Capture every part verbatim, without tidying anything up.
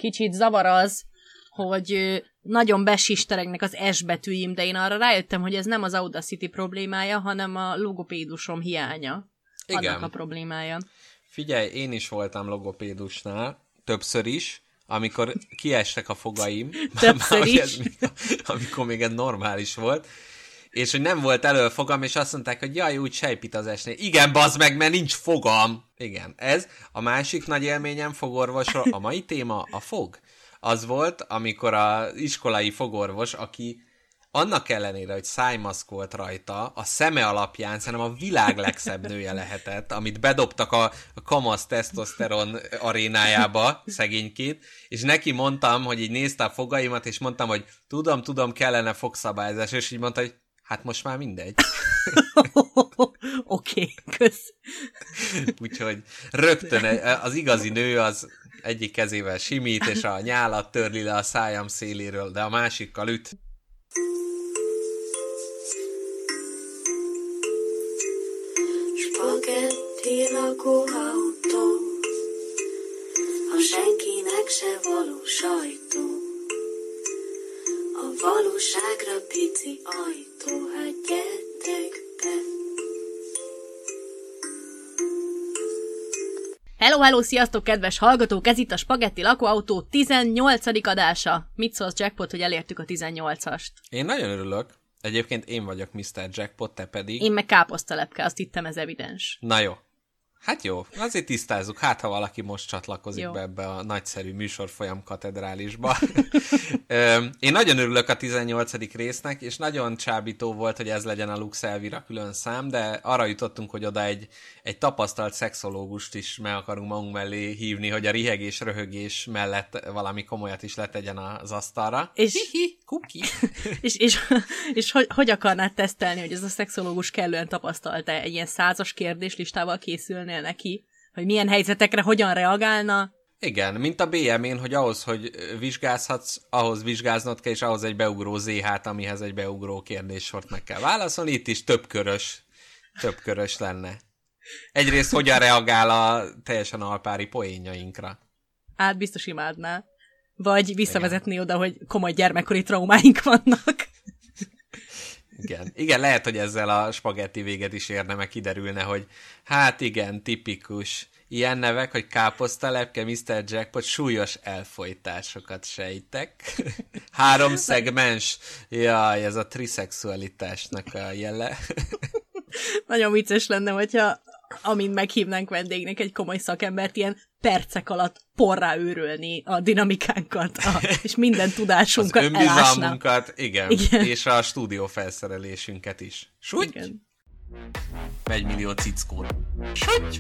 kicsit zavar az, hogy nagyon besisteregnek az S betűim, de én arra rájöttem, hogy ez nem az Audacity problémája, hanem a logopédusom hiánya. Igen. Annak a problémája. Figyelj, én is voltam logopédusnál, többször is, amikor kiestek a fogaim. Többször is. Ez, amikor még ez normális volt. És hogy nem volt elő fogam, és azt mondták, hogy jaj, úgy sejpít az esnél. Igen, bazd meg, mert nincs fogam. Igen, ez a másik nagy élményem fogorvosról. A mai téma a fog. Az volt, amikor az iskolai fogorvos, aki annak ellenére, hogy szájmaszk volt rajta, a szeme alapján szerintem a világ legszebb nője lehetett, amit bedobtak a, a kamasz tesztoszteron arénájába szegénykét, és neki mondtam, hogy így nézte a fogaimat, és mondtam, hogy tudom, tudom, kellene fogszabályzás, és így mondta, hogy hát most már mindegy. Oké, okay, kösz. Úgyhogy rögtön az igazi nő az egyik kezével simít, és a nyálat törli le a szájam széléről, de a másikkal üt. Spagetti lakóautó, a senkinek se való sajtó, a valóságra pici ajtó, hát gyertek be. Hello, hello, sziasztok, kedves hallgatók! Ez itt a Spagetti lakóautó tizennyolcadik adása. Mit szólsz, Jackpot, hogy elértük a tizennyolcast? Én nagyon örülök. Egyébként én vagyok miszter Jackpot, te pedig... Én meg káposztalepke, azt hittem, ez evidens. Na jó. Hát jó, azért tisztázzuk, hát ha valaki most csatlakozik jó. be ebbe a nagyszerű műsorfolyam katedrálisba. Én nagyon örülök a tizennyolcadik résznek, és nagyon csábító volt, hogy ez legyen a Lux Elvira külön szám, de arra jutottunk, hogy oda egy, egy tapasztalt szexológust is meg akarunk magunk mellé hívni, hogy a rihegés, röhögés mellett valami komolyat is letegyen az asztalra. És, Hihi, kuki. és, és, és hogy, hogy akarnád tesztelni, hogy ez a szexológus kellően tapasztalta? Egy ilyen százas kérdéslistával készülnél neki, hogy milyen helyzetekre hogyan reagálna? Igen, mint a bé em én, hogy ahhoz, hogy vizsgázhatsz, ahhoz vizsgáznod kell, és ahhoz egy beugró zé há-t, amihez egy beugró kérdéssort meg kell válaszolni. Itt is többkörös, többkörös lenne. Egyrészt hogyan reagál a teljesen alpári poénjainkra? Hát biztos imádná. Vagy visszavezetni igen. oda, hogy komoly gyermekkori traumáink vannak. Igen. igen, lehet, hogy ezzel a spagetti véget is érne, meg kiderülne, hogy hát igen, tipikus. Ilyen nevek, hogy káposztalepke, miszter Jackpot, súlyos elfojtásokat sejtek. Három szegmens. Jaj, ez a triszexualitásnak a jele. Nagyon vicces lenne, hogyha amint meghívnánk vendégnek egy komoly szakembert, ilyen percek alatt porrá őrölni a dinamikánkat, a, és minden tudásunkat elásna. Az önbizalmunkat, igen, igen, és a stúdió felszerelésünket is. Súgy? Igen. Egy millió cickót. Súgy!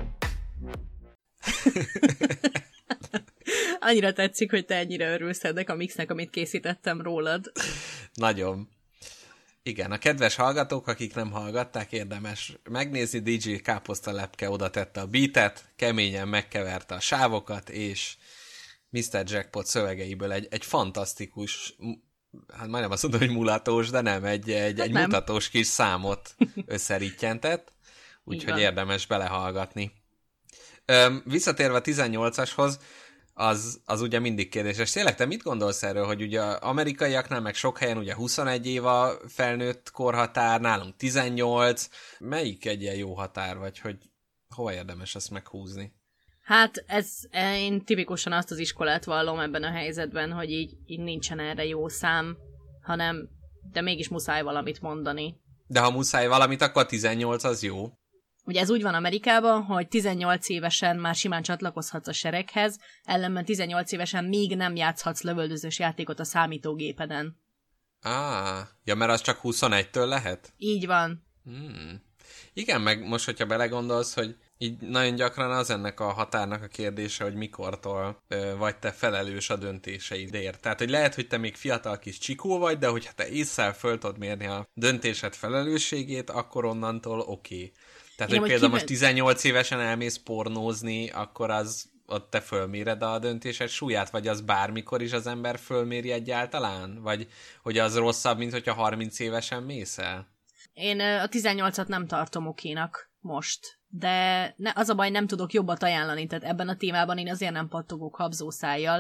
Annyira tetszik, hogy te ennyire örülsz ennek a mixnek, amit készítettem rólad. Nagyon. Igen, a kedves hallgatók, akik nem hallgatták, érdemes megnézni. dé dzsé Káposztalepke oda tette a beatet, keményen megkeverte a sávokat, és miszter Jackpot szövegeiből egy, egy fantasztikus, hát majdnem azt mondom, hogy mulatós, de nem, egy, egy, hát egy nem. mutatós kis számot összerítjentett, úgyhogy érdemes belehallgatni. Üm, visszatérve a tizennyolcashoz, Az, az ugye mindig kérdéses. Tényleg, te mit gondolsz erről, hogy ugye amerikaiaknál meg sok helyen ugye huszonegy év a felnőtt korhatár, nálunk tizennyolc, melyik egy ilyen jó határ, vagy hogy hova érdemes ezt meghúzni? Hát ez, én tipikusan azt az iskolát vallom ebben a helyzetben, hogy így, így nincsen erre jó szám, hanem de mégis muszáj valamit mondani. De ha muszáj valamit, akkor tizennyolc az jó. Ugye ez úgy van Amerikában, hogy tizennyolc évesen már simán csatlakozhatsz a sereghez, ellenben tizennyolc évesen még nem játszhatsz lövöldözős játékot a számítógépeden. Á, ja, mert az csak huszonegytől lehet? Így van. Hmm. Igen, meg most, hogyha belegondolsz, hogy így nagyon gyakran az ennek a határnak a kérdése, hogy mikortól ö, vagy te felelős a döntéseidért. Tehát, hogy lehet, hogy te még fiatal kis csikó vagy, de hogyha te ésszel föl tudod mérni a döntésed felelősségét, akkor onnantól oké. Okay. Tehát, igen, hogy például kivel... most tizennyolc évesen elmész pornózni, akkor az ott te fölméred a döntésed súlyát, vagy az bármikor is az ember fölméri egyáltalán? Vagy hogy az rosszabb, mint hogyha harminc évesen mész el? Én a tizennyolcat nem tartom okénak most, de ne, az a baj, nem tudok jobbat ajánlani, tehát ebben a témában én azért nem pattogok habzószájjal,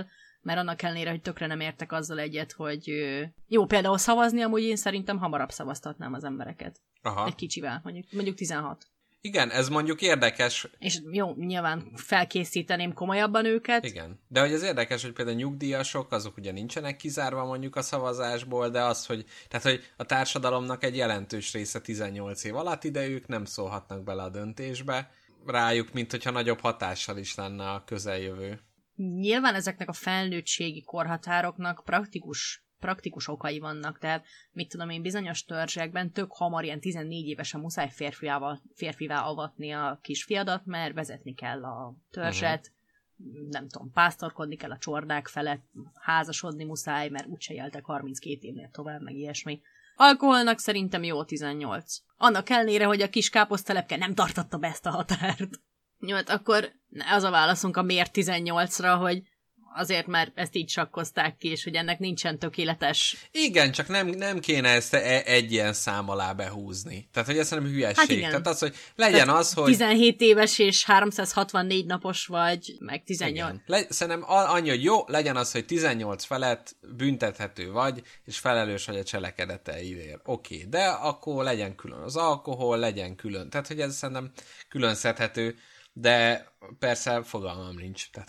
mert annak ellenére, hogy tökre nem értek azzal egyet, hogy jó, például szavazni, amúgy én szerintem hamarabb szavaztatnám az embereket. Aha. Egy kicsivel, mondjuk, mondjuk tizenhat. Igen, ez mondjuk érdekes. És jó, nyilván felkészíteném komolyabban őket. Igen, de hogy az érdekes, hogy például nyugdíjasok, azok ugye nincsenek kizárva mondjuk a szavazásból, de az, hogy, tehát, hogy a társadalomnak egy jelentős része tizennyolc év alatt, ide ők nem szólhatnak bele a döntésbe, rájuk, mint hogyha nagyobb hatással is lenne a közeljövő. Nyilván ezeknek a felnőttségi korhatároknak praktikus praktikus okai vannak, tehát mit tudom én, bizonyos törzsekben tök hamar ilyen tizennégy évesen muszáj férfiával, férfivá avatni a kisfiadat, mert vezetni kell a törzset, uh-huh. nem tudom, pásztorkodni kell a csordák felett, házasodni muszáj, mert úgyse éltek harminckét évnél tovább, meg ilyesmi. Alkoholnak szerintem jó tizennyolc. Annak ellenére, hogy a kis káposztelepke nem tartotta be ezt a határt. Jó, hát akkor az a válaszunk a miért tizennyolcra, hogy azért, mert ezt így sakkozták ki, és hogy ennek nincsen tökéletes... Igen, csak nem, nem kéne ezt egy ilyen szám alá behúzni. Tehát, hogy ez nem hülyeség. Hát igen. Tehát az, hogy legyen Tehát az, hogy... tizenhét éves és háromszázhatvannégy napos vagy, meg tizennyolc. Igen. Le, szerintem annyi, hogy jó, legyen az, hogy tizennyolc felett büntethető vagy, és felelős vagy a cselekedeteiért. Oké, okay, de akkor legyen külön az alkohol, legyen külön. Tehát, hogy ez szerintem külön szedhető, de persze fogalmam nincs. Tehát...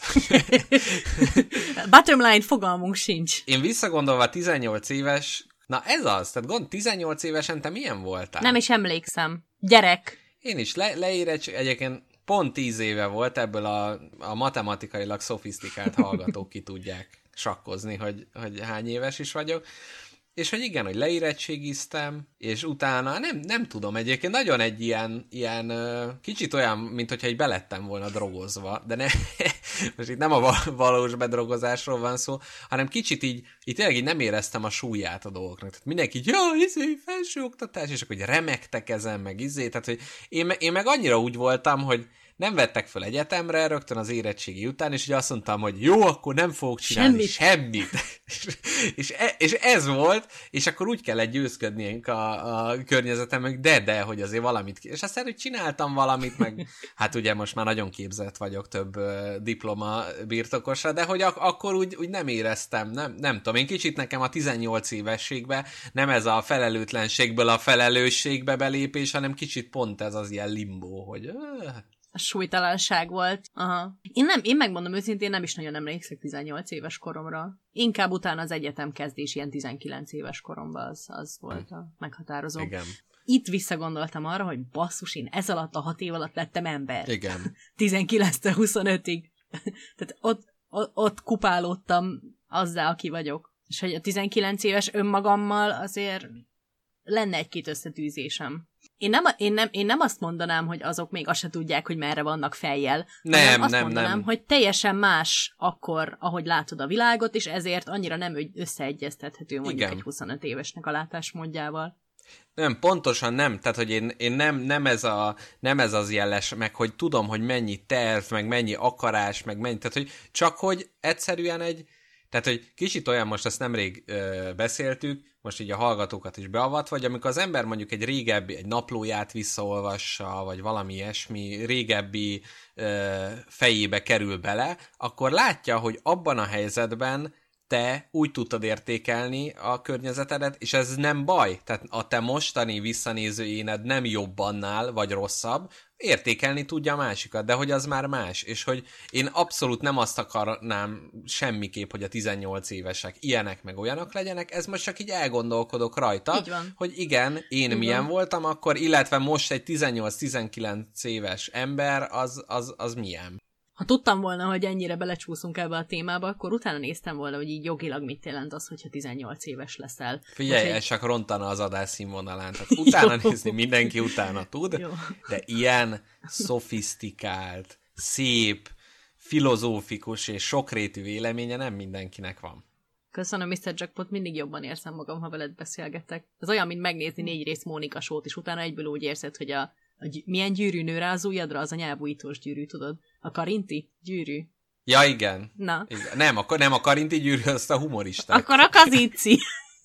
Bottom line, fogalmunk sincs. Én visszagondolva tizennyolc éves, na ez az, tehát gond, tizennyolc évesen te milyen voltál? Nem is emlékszem. Gyerek. Én is le, leéretts, egyébként pont tíz éve volt, ebből a, a matematikailag szofisztikált hallgatók ki tudják sakkozni, hogy, hogy hány éves is vagyok. És hogy igen, hogy leérettségiztem, és utána nem, nem tudom, egyébként nagyon egy ilyen, ilyen kicsit olyan, mint hogyha egy belettem volna drogozva, de ne, most itt nem a valós bedrogozásról van szó, hanem kicsit így, így tényleg így nem éreztem a súlyát a dolgoknak. Tehát mindenki így, ja, izé, felsőoktatás, és akkor hogy remektek ezen, meg izé, tehát hogy én, én meg annyira úgy voltam, hogy nem vettek fel egyetemre rögtön az érettségi után, és ugye azt mondtam, hogy jó, akkor nem fogok csinálni semmit. semmit. és, e, és ez volt, és akkor úgy kellett győzködniünk a, a környezetemnek, de, de, hogy azért valamit, és aztán, hogy csináltam valamit, meg hát ugye most már nagyon képzett vagyok, több uh, diploma birtokosra, de hogy ak- akkor úgy, úgy nem éreztem, nem, nem tudom, én kicsit nekem a tizennyolc évességbe nem ez a felelőtlenségből a felelősségbe belépés, hanem kicsit pont ez az ilyen limbó, hogy... Uh, a súlytalanság volt. Aha. Én nem, én megmondom őszintén, nem is nagyon emlékszek tizennyolc éves koromra. Inkább utána az egyetem kezdés ilyen tizenkilenc éves koromban az, az volt a meghatározó. Igen. Itt visszagondoltam arra, hogy basszus, én ez alatt a hat év alatt lettem ember. Igen. tizenkilenctől huszonötig. Tehát ott, ott, ott kupálódtam azzal, aki vagyok. És hogy a tizenkilenc éves önmagammal azért lenne egy-két összetűzésem. Én nem, én, nem, én nem azt mondanám, hogy azok még azt se tudják, hogy merre vannak fejjel. Nem, azt nem, mondanám, nem. hogy teljesen más akkor, ahogy látod a világot, és ezért annyira nem összeegyeztethető mondjuk Igen. egy huszonöt évesnek a látásmódjával. Nem, pontosan nem. Tehát, hogy én, én nem, nem, ez a, nem ez az jeles, meg hogy tudom, hogy mennyi terv, meg mennyi akarás, meg mennyi, tehát, hogy csak, hogy egyszerűen egy, tehát, hogy kicsit olyan, most ezt nemrég ö, beszéltük, most így a hallgatókat is beavatva, vagy amikor az ember mondjuk egy régebbi, egy naplóját visszaolvassa, vagy valami ilyesmi régebbi ö, fejébe kerül bele, akkor látja, hogy abban a helyzetben te úgy tudtad értékelni a környezetedet, és ez nem baj. Tehát a te mostani visszanéző éned nem jobb annál, vagy rosszabb, értékelni tudja a másikat, de hogy az már más, és hogy én abszolút nem azt akarnám semmiképp, hogy a tizennyolc évesek ilyenek meg olyanok legyenek, ez most csak így elgondolkodok rajta, hogy igen, én így milyen van. voltam akkor, illetve most egy tizennyolc-tizenkilenc éves ember, az, az, az milyen. Ha tudtam volna, hogy ennyire belecsúszunk ebbe a témába, akkor utána néztem volna, hogy így jogilag mit jelent az, hogyha tizennyolc éves leszel. Figyelj, ez egy... csak rontana az adás színvonalán. Tehát utána nézni mindenki utána tud, Jó. de ilyen szofisztikált, szép, filozófikus és sokrétű véleménye nem mindenkinek van. Köszönöm, miszter Jackpot, mindig jobban érzem magam, ha veled beszélgetek. Ez olyan, mint megnézni négy rész Mónika Show-t, és utána egyből úgy érzed, hogy a, a gy- milyen gyűrű nő rá az ujjadra, az a nyelvújítós gyűrű, tudod? A karinti gyűrű. Ja, igen. Na. Igen. Nem, a, nem a karinti gyűrű, azt a humoristák. Akkor a kazinci.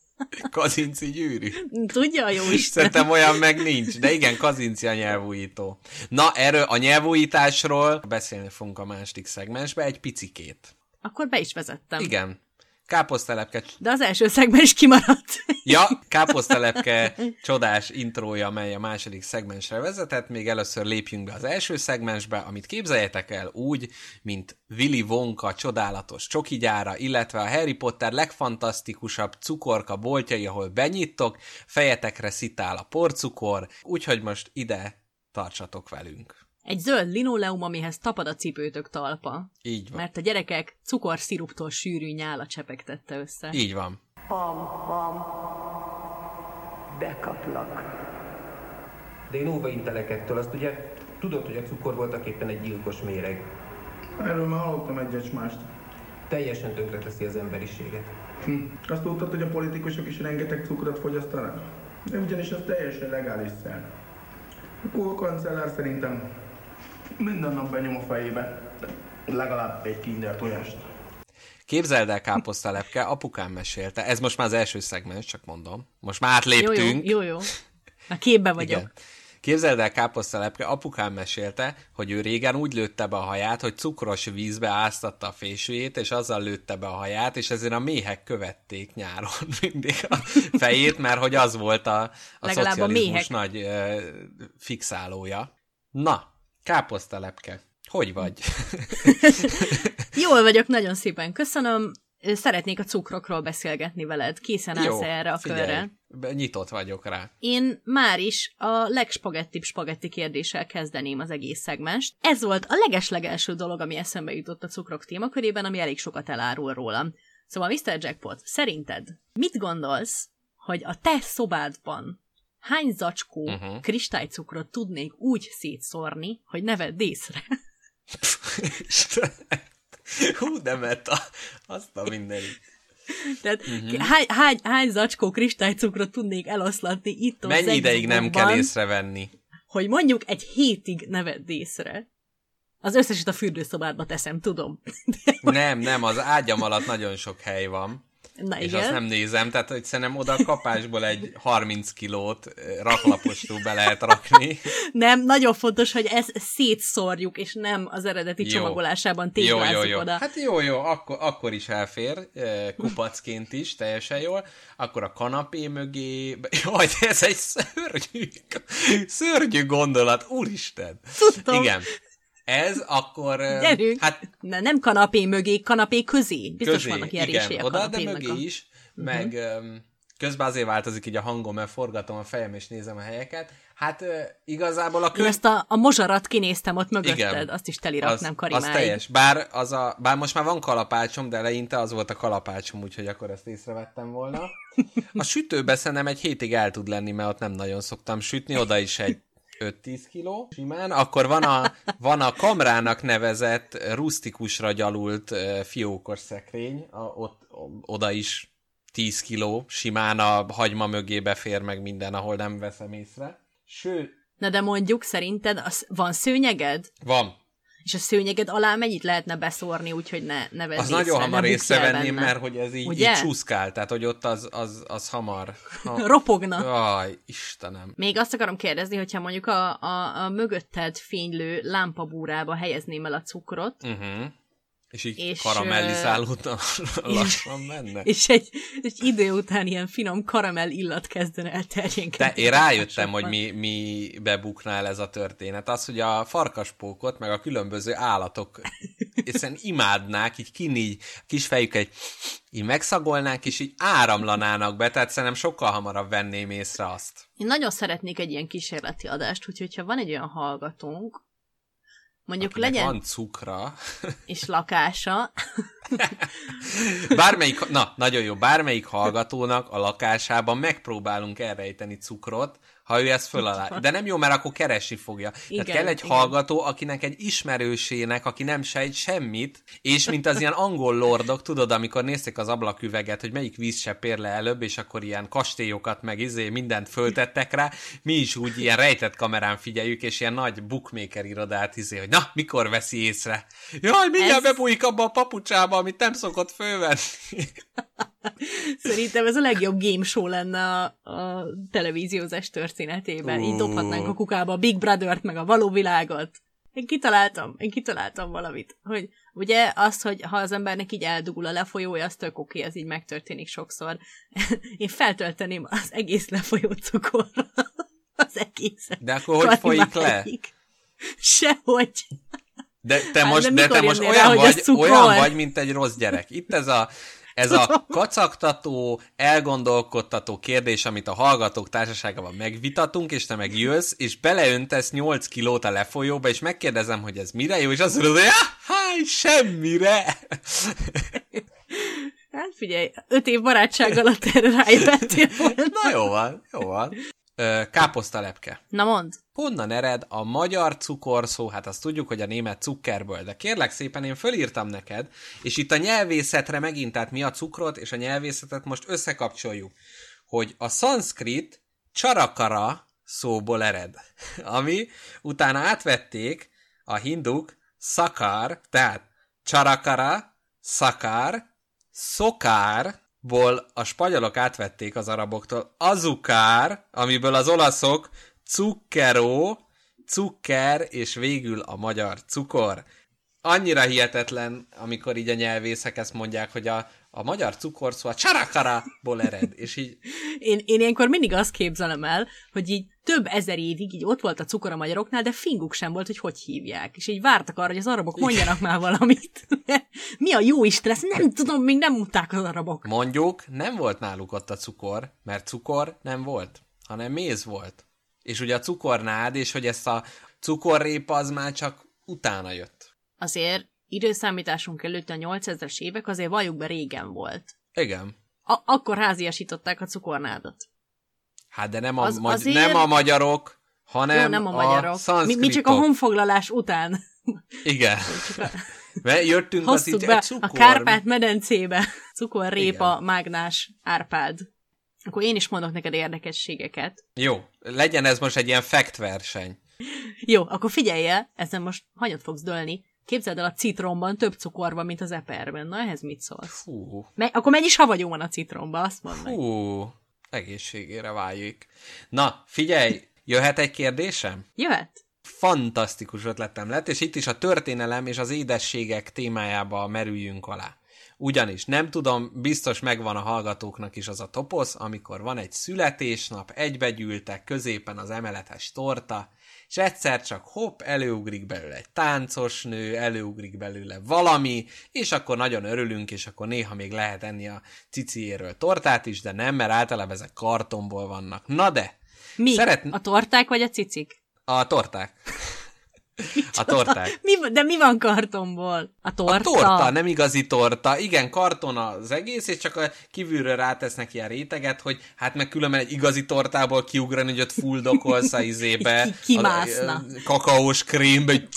Kazinci gyűrű. Tudja a jó Isten. Szerintem olyan meg nincs, de igen, kazinci a nyelvújító. Na, erről a nyelvújításról beszélni fogunk a második szegmensbe egy picikét. akkor be is vezettem. Igen. Káposztelepke... De az első szegmens is kimaradt. Ja, káposztelepke csodás intrója, mely a második szegmensre vezetett. Még először lépjünk be az első szegmensbe, amit képzeljetek el úgy, mint Willy Wonka csodálatos csokigyára, illetve a Harry Potter legfantasztikusabb cukorka boltjai, ahol benyittok, fejetekre szitál a porcukor, úgyhogy most ide tartsatok velünk. Egy zöld linoleum, amihez tapad a cipőtök talpa. Így van. Mert a gyerekek cukorsziruptól sűrű nyála csepegtette össze. Így van. Pam, pam, bekaplak. De én óva intelek ettől, azt ugye tudod, hogy a cukor voltak éppen egy gyilkos méreg. Erről már hallottam egyet mást. Teljesen tönkreteszi az emberiséget. Hm. Azt tudtad, hogy a politikusok is rengeteg cukrot fogyasztanak? De ugyanis az teljesen legális szer. A Kohl kancellár szerintem minden nap benyom a fejébe legalább egy kinder tojást. Képzeld el, káposztalepke, apukám mesélte. Ez most már az első szegmens, csak mondom. Most már átléptünk. Jó, jó, jó, jó. Na képbe vagyok. Igen. Képzeld el, káposztalepke, apukám mesélte, hogy ő régen úgy lőtte be a haját, hogy cukros vízbe áztatta a fésűjét, és azzal lőtte be a haját, és ezért a méhek követték nyáron mindig a fejét, mert hogy az volt a, a szocializmus a nagy uh, fixálója. Na, káposztalepke, hogy vagy? Jól vagyok, nagyon szépen köszönöm. Szeretnék a cukrokról beszélgetni veled. Készen állsz Jó, erre a figyelj, körre? Nyitott vagyok rá. Én már is a legspagettibb spagetti kérdéssel kezdeném az egész szegmest. Ez volt a legeslegelső dolog, ami eszembe jutott a cukrok témakörében, ami elég sokat elárul rólam. Szóval miszter Jackpot, szerinted mit gondolsz, hogy a te szobádban hány zacskó uh-huh. kristálycukrot tudnék úgy szétszórni, hogy ne vedd észre? Hú, de meta. Azt a mindenit. Tehát uh-huh. hány, hány, hány zacskó kristálycukrot tudnék eloszlatni itt az Mennyi ideig nem kell észrevenni? Hogy mondjuk egy hétig ne vedd észre. Az összeset a fürdőszobádba teszem, tudom. Nem, nem, az ágyam alatt nagyon sok hely van. Na, és igen. azt nem nézem, tehát hogy szerintem oda a kapásból egy harminc kilót raklapostól be lehet rakni. Nem, nagyon fontos, hogy ezt szétszórjuk, és nem az eredeti jó. csomagolásában téglázzuk jó, jó, jó. oda. Hát jó, jó, akkor, akkor is elfér, kupacként is, teljesen jól. Akkor a kanapé mögé... Jaj, ez egy szörnyű, szörnyű gondolat, úristen! Tudtam. Igen. Ez akkor... Gyerünk! Hát, ne, nem kanapé mögé, kanapé közé. Biztos közé, vannak ilyen igen, a oda, de mögé a... is. Meg uh-huh. közben azért változik így a hangom, mert forgatom a fejem és nézem a helyeket. Hát igazából a... Kö... Én ezt a, a mozsarat kinéztem ott mögötted, igen, azt is teliraknám az, karimáig. Az teljes. Bár, az a, bár most már van kalapácsom, de eleinte az volt a kalapácsom, úgyhogy akkor ezt észrevettem volna. A sütőbe szerintem egy hétig el tud lenni, mert ott nem nagyon szoktam sütni, oda is egy öt-tíz kiló simán, akkor van a, van a kamrának nevezett rusztikusra gyalult uh, fiókos szekrény, a, ott, oda is tíz kiló simán a hagyma mögé befér meg minden, ahol nem veszem észre. Sőt... Na de mondjuk szerinted az, van szőnyeged? Van. És a szőnyeged alá mennyit lehetne beszórni, úgyhogy ne, ne vedd az észre, nagyon hamar észrevenném, benne. Mert hogy ez így, így csúszkál, tehát hogy ott az, az, az hamar... Ha... Ropogna. Aj, Istenem. Még azt akarom kérdezni, hogyha mondjuk a, a, a mögötted fénylő lámpabúrába helyezném el a cukrot, uh-huh. és így és, karamellizálódna lassan menne. És egy, egy idő után ilyen finom karamell illat kezdene elterjenkedni. De én rájöttem, hogy mi, mi bebuknál ez a történet. Az, hogy a farkaspókot, meg a különböző állatok egyszerűen imádnák, így kinni így kis fejüket, így megszagolnák, és így áramlanának be, tehát szerintem sokkal hamarabb venném észre azt. Én nagyon szeretnék egy ilyen kísérleti adást, úgyhogy ha van egy olyan hallgatónk, mondjuk akinek legyen... van cukra. És lakása. Bármelyik, na, nagyon jó, bármelyik hallgatónak a lakásában megpróbálunk elrejteni cukrot, ha ő ezt föl alá. De nem jó, mert akkor keresni fogja. Igen, tehát kell egy igen. hallgató, akinek egy ismerősének, aki nem sejt semmit, és mint az ilyen angol lordok, tudod, amikor nézték az ablaküveget, hogy melyik víz se pér le előbb, és akkor ilyen kastélyokat, meg izé mindent föltettek rá, mi is úgy ilyen rejtett kamerán figyeljük, és ilyen nagy bookmaker irodát izé, hogy na, mikor veszi észre? Jaj, mindjárt Ez... bebújik abba a papucsába, amit nem szokott fölvenni. Szerintem ez a legjobb game show lenne a, a televíziózás történetében. Uh. Így dobhatnánk a kukába a Big Brother-t, meg a való világot. Én kitaláltam, én kitaláltam valamit, hogy ugye az, hogy ha az embernek így eldugul a lefolyója, az tök oké, az így megtörténik sokszor. Én feltölteném az egész lefolyó cukorral. Az egészet. De akkor hogy folyik le? Sehogy. De te hát, most, de de te most rá, olyan, vagy, olyan vagy, vagy, mint egy rossz gyerek. Itt ez a, ez a kacagtató, elgondolkodtató kérdés, amit a hallgatók társaságában megvitatunk, és te meg jössz, és beleöntesz nyolc kilót a lefolyóba, és megkérdezem, hogy ez mire jó, és azt mondod, hogy háj, semmire. Hát figyelj, öt év barátság alatt erre rájöttél volna. Na jó van, jó van. Káposztalepke. Na mondd. Honnan ered a magyar cukorszó? Hát azt tudjuk, hogy a német cukkerből, de kérlek szépen, én fölírtam neked, és itt a nyelvészetre megint, tehát mi a cukrot és a nyelvészetet most összekapcsoljuk, hogy a szanszkrit csarakara szóból ered, ami utána átvették a hinduk szakár, tehát csarakara, szakár, szokárból a spanyolok átvették az araboktól azukár, amiből az olaszok cukkero, cukker, és végül a magyar cukor. Annyira hihetetlen, amikor így a nyelvészek ezt mondják, hogy a, a magyar cukorszó a csarakaraból ered, és így... Én, én ilyenkor mindig azt képzelem el, hogy így több ezer évig így ott volt a cukor a magyaroknál, de finguk sem volt, hogy hogy hívják. És így vártak arra, hogy az arabok mondjanak már valamit. Mi a jó Isten, ezt nem tudom, még nem mondták az arabok. Mondjuk, nem volt náluk ott a cukor, mert cukor nem volt, hanem méz volt. És ugye a cukornád, és hogy ezt a cukorrépa az már csak utána jött. Azért időszámításunk előtt a nyolcezres évek azért valljuk be régen volt. Igen. A- akkor háziasították a cukornádat. Hát de nem a, az, magy- azért... nem a magyarok, hanem Jó, nem a, magyarok. a szanszkritok. Mi, mi csak a honfoglalás után. Igen. Mert jöttünk az itt be egy cukor... a Kárpát-medencébe. Cukorrépa, Igen. mágnás, árpád. Akkor én is mondok neked érdekességeket. Jó, legyen ez most egy ilyen fact verseny. Jó, akkor figyelj el, ezen most hanyat fogsz dőlni. Képzeld el, a citromban több cukor van, mint az eperben. Na, ehhez mit szólsz? Fú. Me- akkor mennyi savagyó van a citromban, azt mondd meg. Fú, egészségére váljék. Na, figyelj, jöhet egy kérdésem? Jöhet? Fantasztikus ötletem lett, és itt is a történelem és az édességek témájába merüljünk alá. Ugyanis nem tudom, biztos megvan a hallgatóknak is az a toposz, amikor van egy születésnap, egybegyűltek, középen az emeletes torta, és egyszer csak hopp, előugrik belőle egy táncos nő, előugrik belőle valami, és akkor nagyon örülünk, és akkor néha még lehet enni a ciciéről tortát is, de nem, mert általában ezek kartonból vannak. Na de! Mi? Szeretn... A torták vagy a cicik? A torták. A torták. Mi, de mi van kartonból? A torta? A torta, nem igazi torta. Igen, karton az egész, és csak a kívülről rátesznek ilyen réteget, hogy hát meg különben egy igazi tortából kiugrani, hogy ott fuldokolsz a izébe. Ki, kimászna. A, a kakaós krémbe, hogy...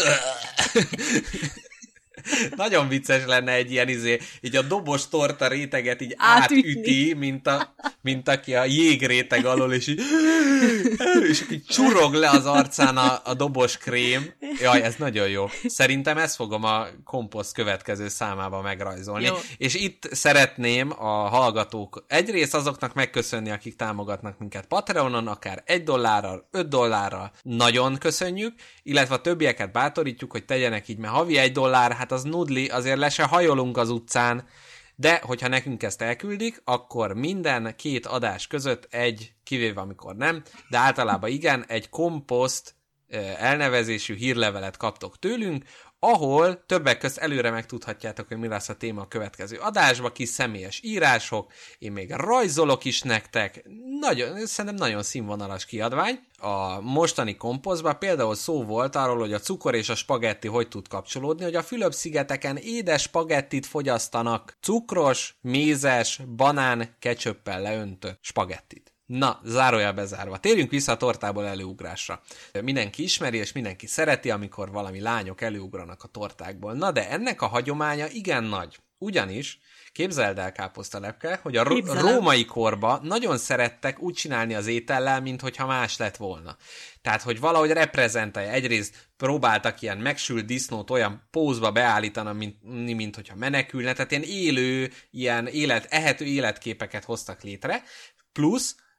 Nagyon vicces lenne egy ilyen izé, így a dobos torta réteget így átütni, átüti, mint, a, mint aki a jégréteg alól, és így, és így csurog le az arcán a, a dobos krém. Jaj, ez nagyon jó. Szerintem ezt fogom a komposzt következő számába megrajzolni. Jó. És itt szeretném a hallgatók egyrészt azoknak megköszönni, akik támogatnak minket Patreonon, akár egy dollárral, öt dollárral. Nagyon köszönjük, illetve a többieket bátorítjuk, hogy tegyenek így, mert havi egy dollár, hát az nudli, azért le se hajolunk az utcán, de hogyha nekünk ezt elküldik, akkor minden két adás között egy, kivéve amikor nem, de általában igen, egy komposzt elnevezésű hírlevelet kaptok tőlünk, ahol többek közt előre megtudhatjátok, hogy mi lesz a téma a következő adásba, kis személyes írások, én még rajzolok is nektek, nagyon, szerintem nagyon színvonalas kiadvány. A mostani komposztban például szó volt arról, hogy a cukor és a spagetti hogy tud kapcsolódni, hogy a Fülöp-szigeteken édes spagettit fogyasztanak, cukros, mézes, banán, ketchuppel leöntött spagettit. Na, zárójel bezárva. Térjünk vissza a tortából előugrásra. Mindenki ismeri, és mindenki szereti, amikor valami lányok előugranak a tortákból. Na, de ennek a hagyománya igen nagy. Ugyanis, képzeld el, káposztalepke, hogy a ro- római korban nagyon szerettek úgy csinálni az étellel, minthogyha más lett volna. Tehát, hogy valahogy reprezentálja. Egyrészt próbáltak ilyen megsült disznót olyan pózba beállítani, mint, mint hogyha menekülne, tehát ilyen élő, ilyen élet, ehető életképeket hoztak létre, plusz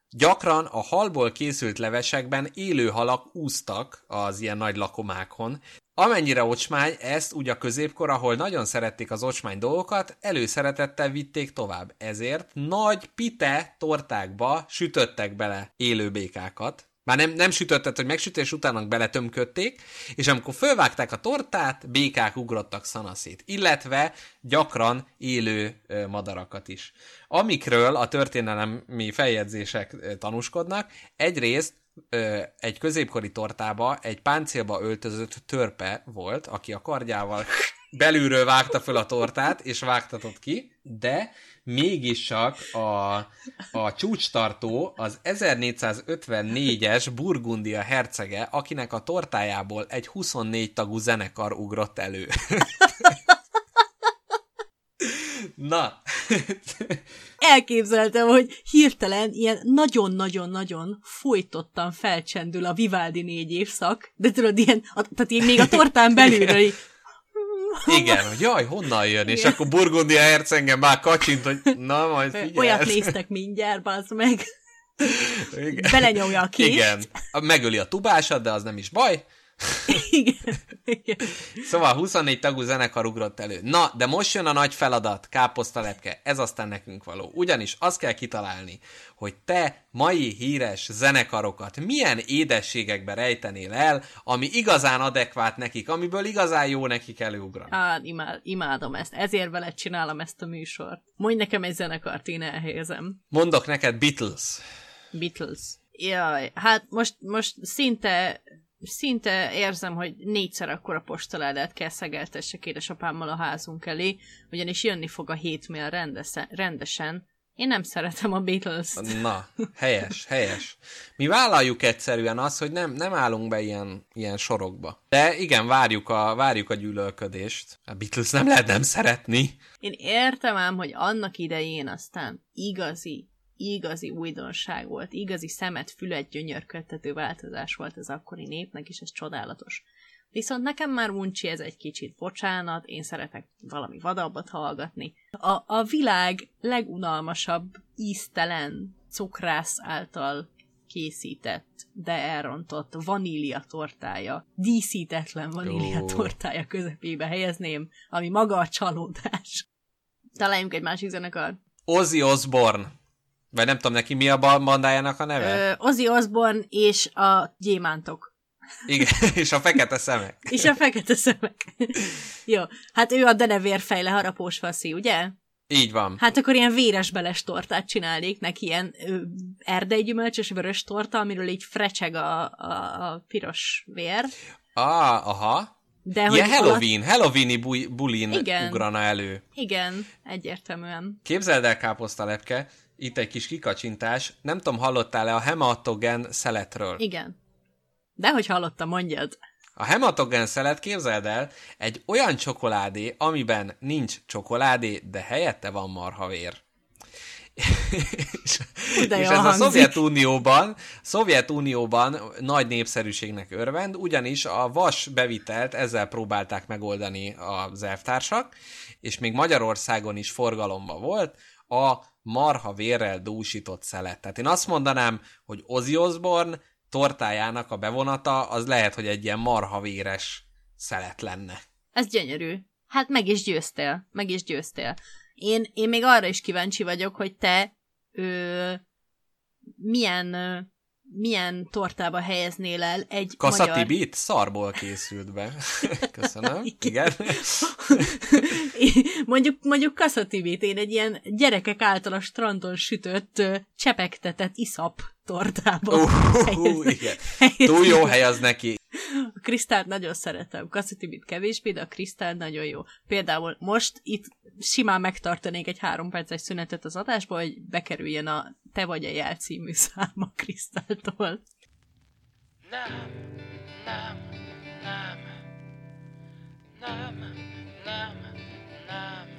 Gyakran a halból készült levesekben élő halak úsztak az ilyen nagy lakomákon. Amennyire ocsmány, ezt úgy a középkor, ahol nagyon szerették az ocsmány dolgokat, előszeretettel vitték tovább. Ezért nagy pite tortákba sütöttek bele élő békákat. Már nem, nem sütöttet, hogy megsütés utána beletömködték, és amikor fölvágták a tortát, békák ugrottak szanaszét, illetve gyakran élő ö, madarakat is. Amikről a történelemi feljegyzések ö, tanúskodnak, egyrészt ö, egy középkori tortába egy páncélba öltözött törpe volt, aki a kardjával belülről vágta föl a tortát, és vágtatott ki, de mégiscsak a, a csúcstartó az ezernégyszázötvennégyes Burgundia hercege, akinek a tortájából egy huszonnégy tagú zenekar ugrott elő. Na. Elképzeltem, hogy hirtelen ilyen nagyon-nagyon-nagyon folytottan felcsendül a Vivaldi négy évszak, de tudod, ilyen, a, tehát így még a tortán belülről így, igen, hogy jaj, honnan jön? Igen. És akkor Burgundia hercegen már kacsint, hogy na, majd figyelj. Olyat néztek mindjárt, bazd meg. Igen. Belenyomja a kést. Igen, megöli a tubásat, de az nem is baj. Igen. Igen. Szóval huszonnégy tagú zenekar ugrott elő. Na, de most jön a nagy feladat, káposztalepke, ez aztán nekünk való. Ugyanis azt kell kitalálni, hogy te mai híres zenekarokat milyen édességekbe rejtenél el, ami igazán adekvát nekik, amiből igazán jó nekik előugrani. Á, imád, imádom ezt. Ezért veled csinálom ezt a műsort. Mondj nekem egy zenekart, én elhelyezem. Mondok neked Beatles. Beatles. Jaj, hát most, most szinte... Szinte érzem, hogy négyszer akkora postaládát kell szegeltessek édesapámmal a házunk elé, ugyanis jönni fog a hétmail rendesen, rendesen. Én nem szeretem a Beatles-t. Na, helyes, helyes. Mi vállaljuk egyszerűen azt, hogy nem, nem állunk be ilyen, ilyen sorokba. De igen, várjuk a, várjuk a gyűlölködést. A Beatles nem lehet nem szeretni. Én értem ám, hogy annak idején aztán igazi, igazi újdonság volt, igazi szemet, fület gyönyörködtető változás volt az akkori népnek, és ez csodálatos. Viszont nekem már uncsi ez egy kicsit, bocsánat, én szeretek valami vadabbat hallgatni. A, a világ legunalmasabb, íztelen, cukrász által készített, de elrontott vanília tortája, díszítetlen vanília tortája közepébe helyezném, ami maga a csalódás. Találjunk egy másik zenekar. Ozzy Osbourne. Vagy nem tudom neki, mi a bandájának a neve? Ö, Ozzy Osbourne és a gyémántok. Igen, és a fekete szemek. És a fekete szemek. Jó, hát ő a denevérfejle harapós faszi, ugye? Így van. Hát akkor ilyen véresbeles tortát csinálnék neki, ilyen ö, erdeigyümölcsös vörös torta, amiről így frecseg a, a, a piros vér. Ah, aha. De ilyen hogy Halloween, alatt... Halloween-i bu- bulin igen. ugrana elő. Igen, egyértelműen. Képzeld el, káposztalepke, itt egy kis kikacsintás. Nem tudom, hallottál-e a hematogen szeletről? Igen. De hogy hallottam, mondjad. A hematogen szelet, képzeld el, egy olyan csokoládé, amiben nincs csokoládé, de helyette van marhavér. és de és ez hangzik. A Szovjetunióban, Szovjetunióban nagy népszerűségnek örvend, ugyanis a vas bevitelt ezzel próbálták megoldani az elvtársak, és még Magyarországon is forgalomban volt a marhavérrel dúsított szelet. Tehát én azt mondanám, hogy Ozzy Osbourne tortájának a bevonata, az lehet, hogy egy ilyen marhavéres szelet lenne. Ez gyönyörű. Hát meg is győztél. Meg is győztél. Én, én még arra is kíváncsi vagyok, hogy te ö, milyen, ö, milyen tortába helyeznél el egy Kassa magyar... Tibit? Szarból készült be. Köszönöm. Igen. mondjuk, mondjuk Kassa Tibit, én egy ilyen gyerekek által a strandon sütött, ö, csepegtetett iszap tortába uh, uh, igen. Túl jó hely az neki. A Kristált nagyon szeretem. Kassa Tibit kevésbé, de a Kristált nagyon jó. Például most itt simán megtartanék egy három perces szünetet az adásba, hogy bekerüljen a Te vagy a jel című szám a Kristáltól. Nem, nem, nem, nem, nem, nem.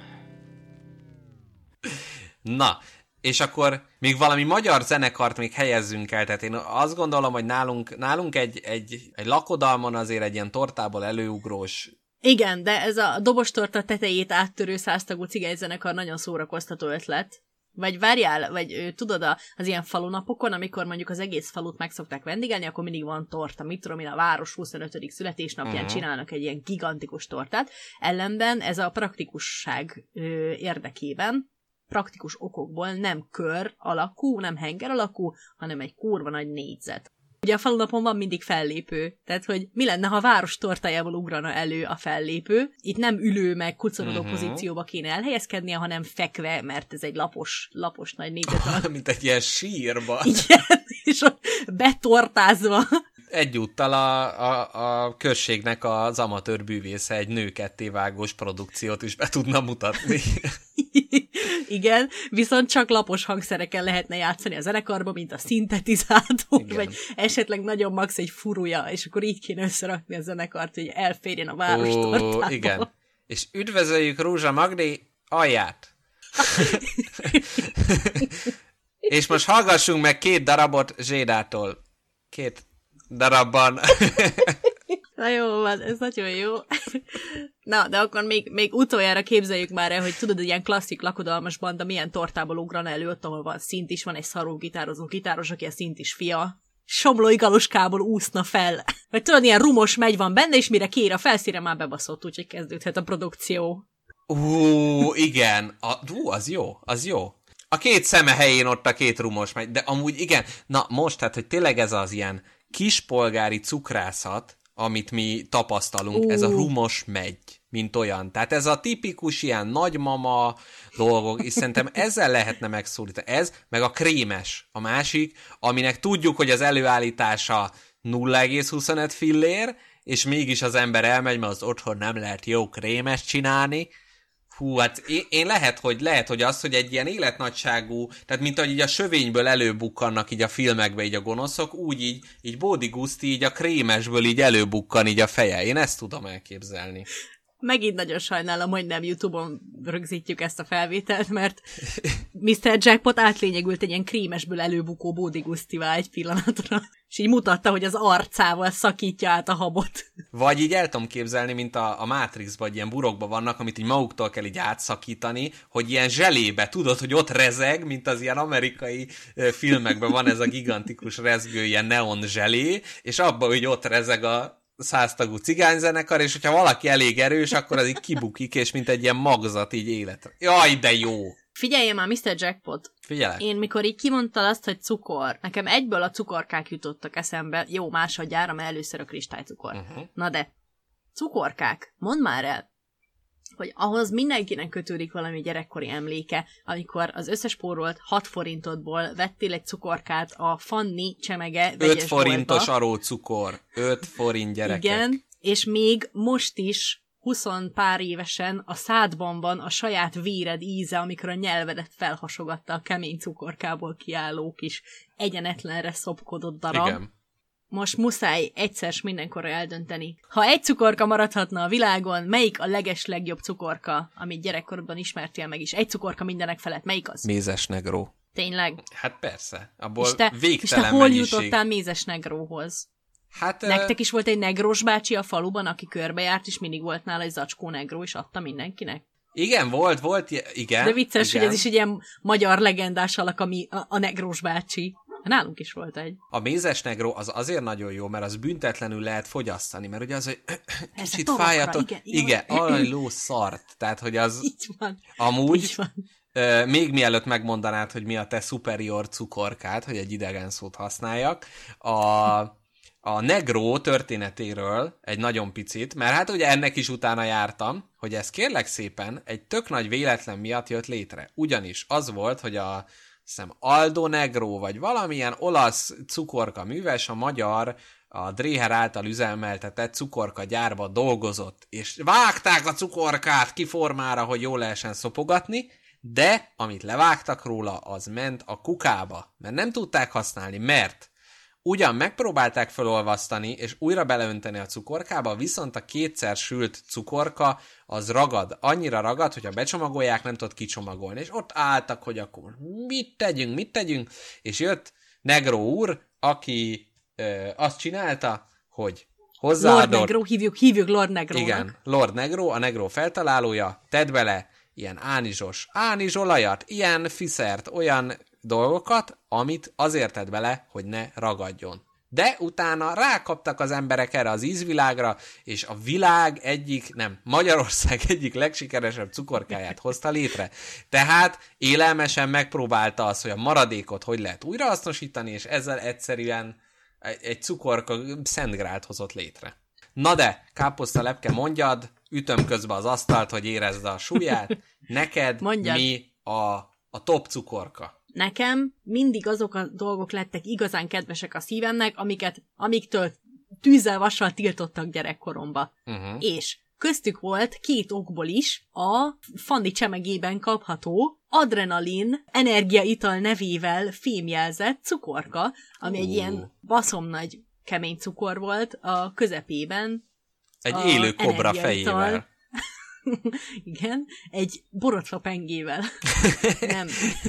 Na, és akkor még valami magyar zenekart még helyezzünk el, tehát én azt gondolom, hogy nálunk, nálunk egy, egy, egy lakodalmon azért egy ilyen tortából előugrós. Igen, de ez a dobostorta tetejét áttörő száztagú cigányzenekar nagyon szórakoztató ötlet. Vagy várjál, vagy ö, tudod, a, az ilyen falunapokon, amikor mondjuk az egész falut meg szokták vendégelni, akkor mindig van torta. Mit tudom én, a város huszonötödik születésnapján uh-huh. csinálnak egy ilyen gigantikus tortát. Ellenben ez a praktikusság ö, érdekében, praktikus okokból nem kör alakú, nem henger alakú, hanem egy kurva nagy négyzet. Ugye a falunapon van mindig fellépő, tehát hogy mi lenne, ha a város tortájából ugrana elő a fellépő. Itt nem ülő meg kucorodó uh-huh. pozícióba kéne elhelyezkednie, hanem fekve, mert ez egy lapos, lapos nagy négyzet. Mint egy ilyen sírba. Igen, és ott betortázva. Egyúttal a, a, a községnek az amatőr bűvésze egy nő kettévágós produkciót is be tudna mutatni. Igen, viszont csak lapos hangszereken lehetne játszani a zenekarba, mint a szintetizátor, igen. vagy esetleg nagyon max egy furúja, és akkor így kéne összerakni a zenekart, hogy elférjen a város tortába. Igen, és üdvözöljük Rózsa Magdi alját! És most hallgassunk meg két darabot Zsédától. Két darabban. Na jó van, ez nagyon jó. Na, de akkor még, még utoljára képzeljük már el, hogy tudod, egy ilyen klasszik lakodalmas banda milyen tortából ugran elő, ott, ahol van szint is, van egy szaró gitározó gitáros, aki a szint is fia. Somlói galoskából úszna fel. Vagy tudod, ilyen rumos megy van benne, és mire kér a felszíre, már bebaszott, úgyhogy kezdődhet a produkció. Ú, igen. A, ú, az jó, az jó. A két szeme helyén ott a két rumos megy, de amúgy igen. Na most, tehát, hogy tényleg ez az ilyen kispolgári cukrászat, amit mi tapasztalunk, uh. ez a rumos megy, mint olyan. Tehát ez a tipikus ilyen nagymama dolgok, és szerintem ezzel lehetne megszólítani. Ez, meg a krémes, a másik, aminek tudjuk, hogy az előállítása nulla egész huszonöt fillér, és mégis az ember elmegy, mert az otthon nem lehet jó krémes csinálni. Hú, hát én, én lehet, hogy lehet, hogy az, hogy egy ilyen életnagyságú, tehát mint ahogy így a sövényből előbukkannak így a filmekbe így a gonoszok, úgy így, így Bódi Guszti így a krémesből így előbukkan így a feje. Én ezt tudom elképzelni. Megint nagyon sajnálom, hogy nem YouTube-on rögzítjük ezt a felvételt, mert miszter Jackpot átlényegült egy ilyen krémesből előbukó Bódi Gusztivá egy pillanatra, és így mutatta, hogy az arcával szakítja át a habot. Vagy így el tudom képzelni, mint a, a Matrixban, hogy ilyen burokban vannak, amit így maguktól kell így átszakítani, hogy ilyen zselébe, tudod, hogy ott rezeg, mint az ilyen amerikai filmekben van ez a gigantikus rezgő, ilyen neon zselé, és abban, hogy ott rezeg a száztagú cigányzenekar, és hogyha valaki elég erős, akkor az így kibukik, és mint egy ilyen magzat így életre. Jaj, de jó! Figyelj már, miszter Jackpot! Figyelek! Én mikor így kimondtad azt, hogy cukor, nekem egyből a cukorkák jutottak eszembe, jó, másodjára, mert először a kristálycukor. Uh-huh. Na de, cukorkák, mondd már el, hogy ahhoz mindenkinek kötődik valami gyerekkori emléke, amikor az összes spórolt hat forintodból vettél egy cukorkát a Fanni csemege vegyes öt forintos arócukor. öt forint, gyerekek. Igen, és még most is huszon pár évesen a szádban van a saját véred íze, amikor a nyelvedet felhasogatta a kemény cukorkából kiálló kis egyenetlenre szopkodott darab. Igen. Most muszáj egyszer s mindenkorra eldönteni. Ha egy cukorka maradhatna a világon, melyik a leges legjobb cukorka, amit gyerekkorodban ismertél meg is? Egy cukorka mindenek felett, melyik az? Mézes negró. Tényleg? Hát persze. Abból és te, végtelen és te hol mennyiség. Jutottál mézes negróhoz? Hát... Nektek is volt egy negrós bácsi a faluban, aki körbejárt, és mindig volt nála egy zacskó negró, és adta mindenkinek? Igen, volt, volt, igen. De vicces, igen. Hogy ez is egy ilyen magyar legendás alak, ami a, a negrós bácsi. Nálunk is volt egy. A mézes negró az azért nagyon jó, mert az büntetlenül lehet fogyasztani, mert ugye az, hogy kicsit fájható. Igen, igen alajló szart. Tehát, hogy az így van. Amúgy, így van. Euh, még mielőtt megmondanád, hogy mi a te superior cukorkád, hogy egy idegen szót használjak, a, a negró történetéről egy nagyon picit, mert hát ugye ennek is utána jártam, hogy ez kérlek szépen egy tök nagy véletlen miatt jött létre. Ugyanis az volt, hogy a hiszem Aldo Negro, vagy valamilyen olasz cukorka műves a magyar, a Dréher által üzemeltetett cukorka gyárba dolgozott, és vágták a cukorkát kiformára, hogy jól lehessen szopogatni, de amit levágtak róla, az ment a kukába, mert nem tudták használni, mert ugyan megpróbálták felolvasztani, és újra beleönteni a cukorkába, viszont a kétszer sült cukorka az ragad. Annyira ragad, hogyha becsomagolják, nem tudod kicsomagolni. És ott álltak, hogy akkor mit tegyünk, mit tegyünk, és jött Negro úr, aki ö, azt csinálta, hogy hozzáadott... Lord Negro, hívjuk, hívjuk Lord Negro-nak. Igen, Lord Negro, a Negro feltalálója, tedd bele ilyen ánizsos ánizsolajat, ilyen fiszert, olyan dolgokat, amit azért tett bele, hogy ne ragadjon. De utána rákaptak az emberek erre az ízvilágra, és a világ egyik, nem, Magyarország egyik legsikeresebb cukorkáját hozta létre. Tehát élelmesen megpróbálta azt, hogy a maradékot hogy lehet újrahasznosítani, és ezzel egyszerűen egy cukorka szentgrált hozott létre. Na de, káposzta lepke, mondjad, ütöm közben az asztalt, hogy érezd a súlyát, neked mondjad. Mi a, a top cukorka? Nekem mindig azok a dolgok lettek igazán kedvesek a szívemnek, amiket, amiktől tűzzel vassal tiltottak gyerekkoromba. Uh-huh. És köztük volt két okból is a Fanni csemegében kapható adrenalin energiaital nevével fémjelzett cukorka, ami uh. egy ilyen baszomnagy kemény cukor volt a közepében. Egy élő kobra fejével. Igen, egy borotva pengével. Nem.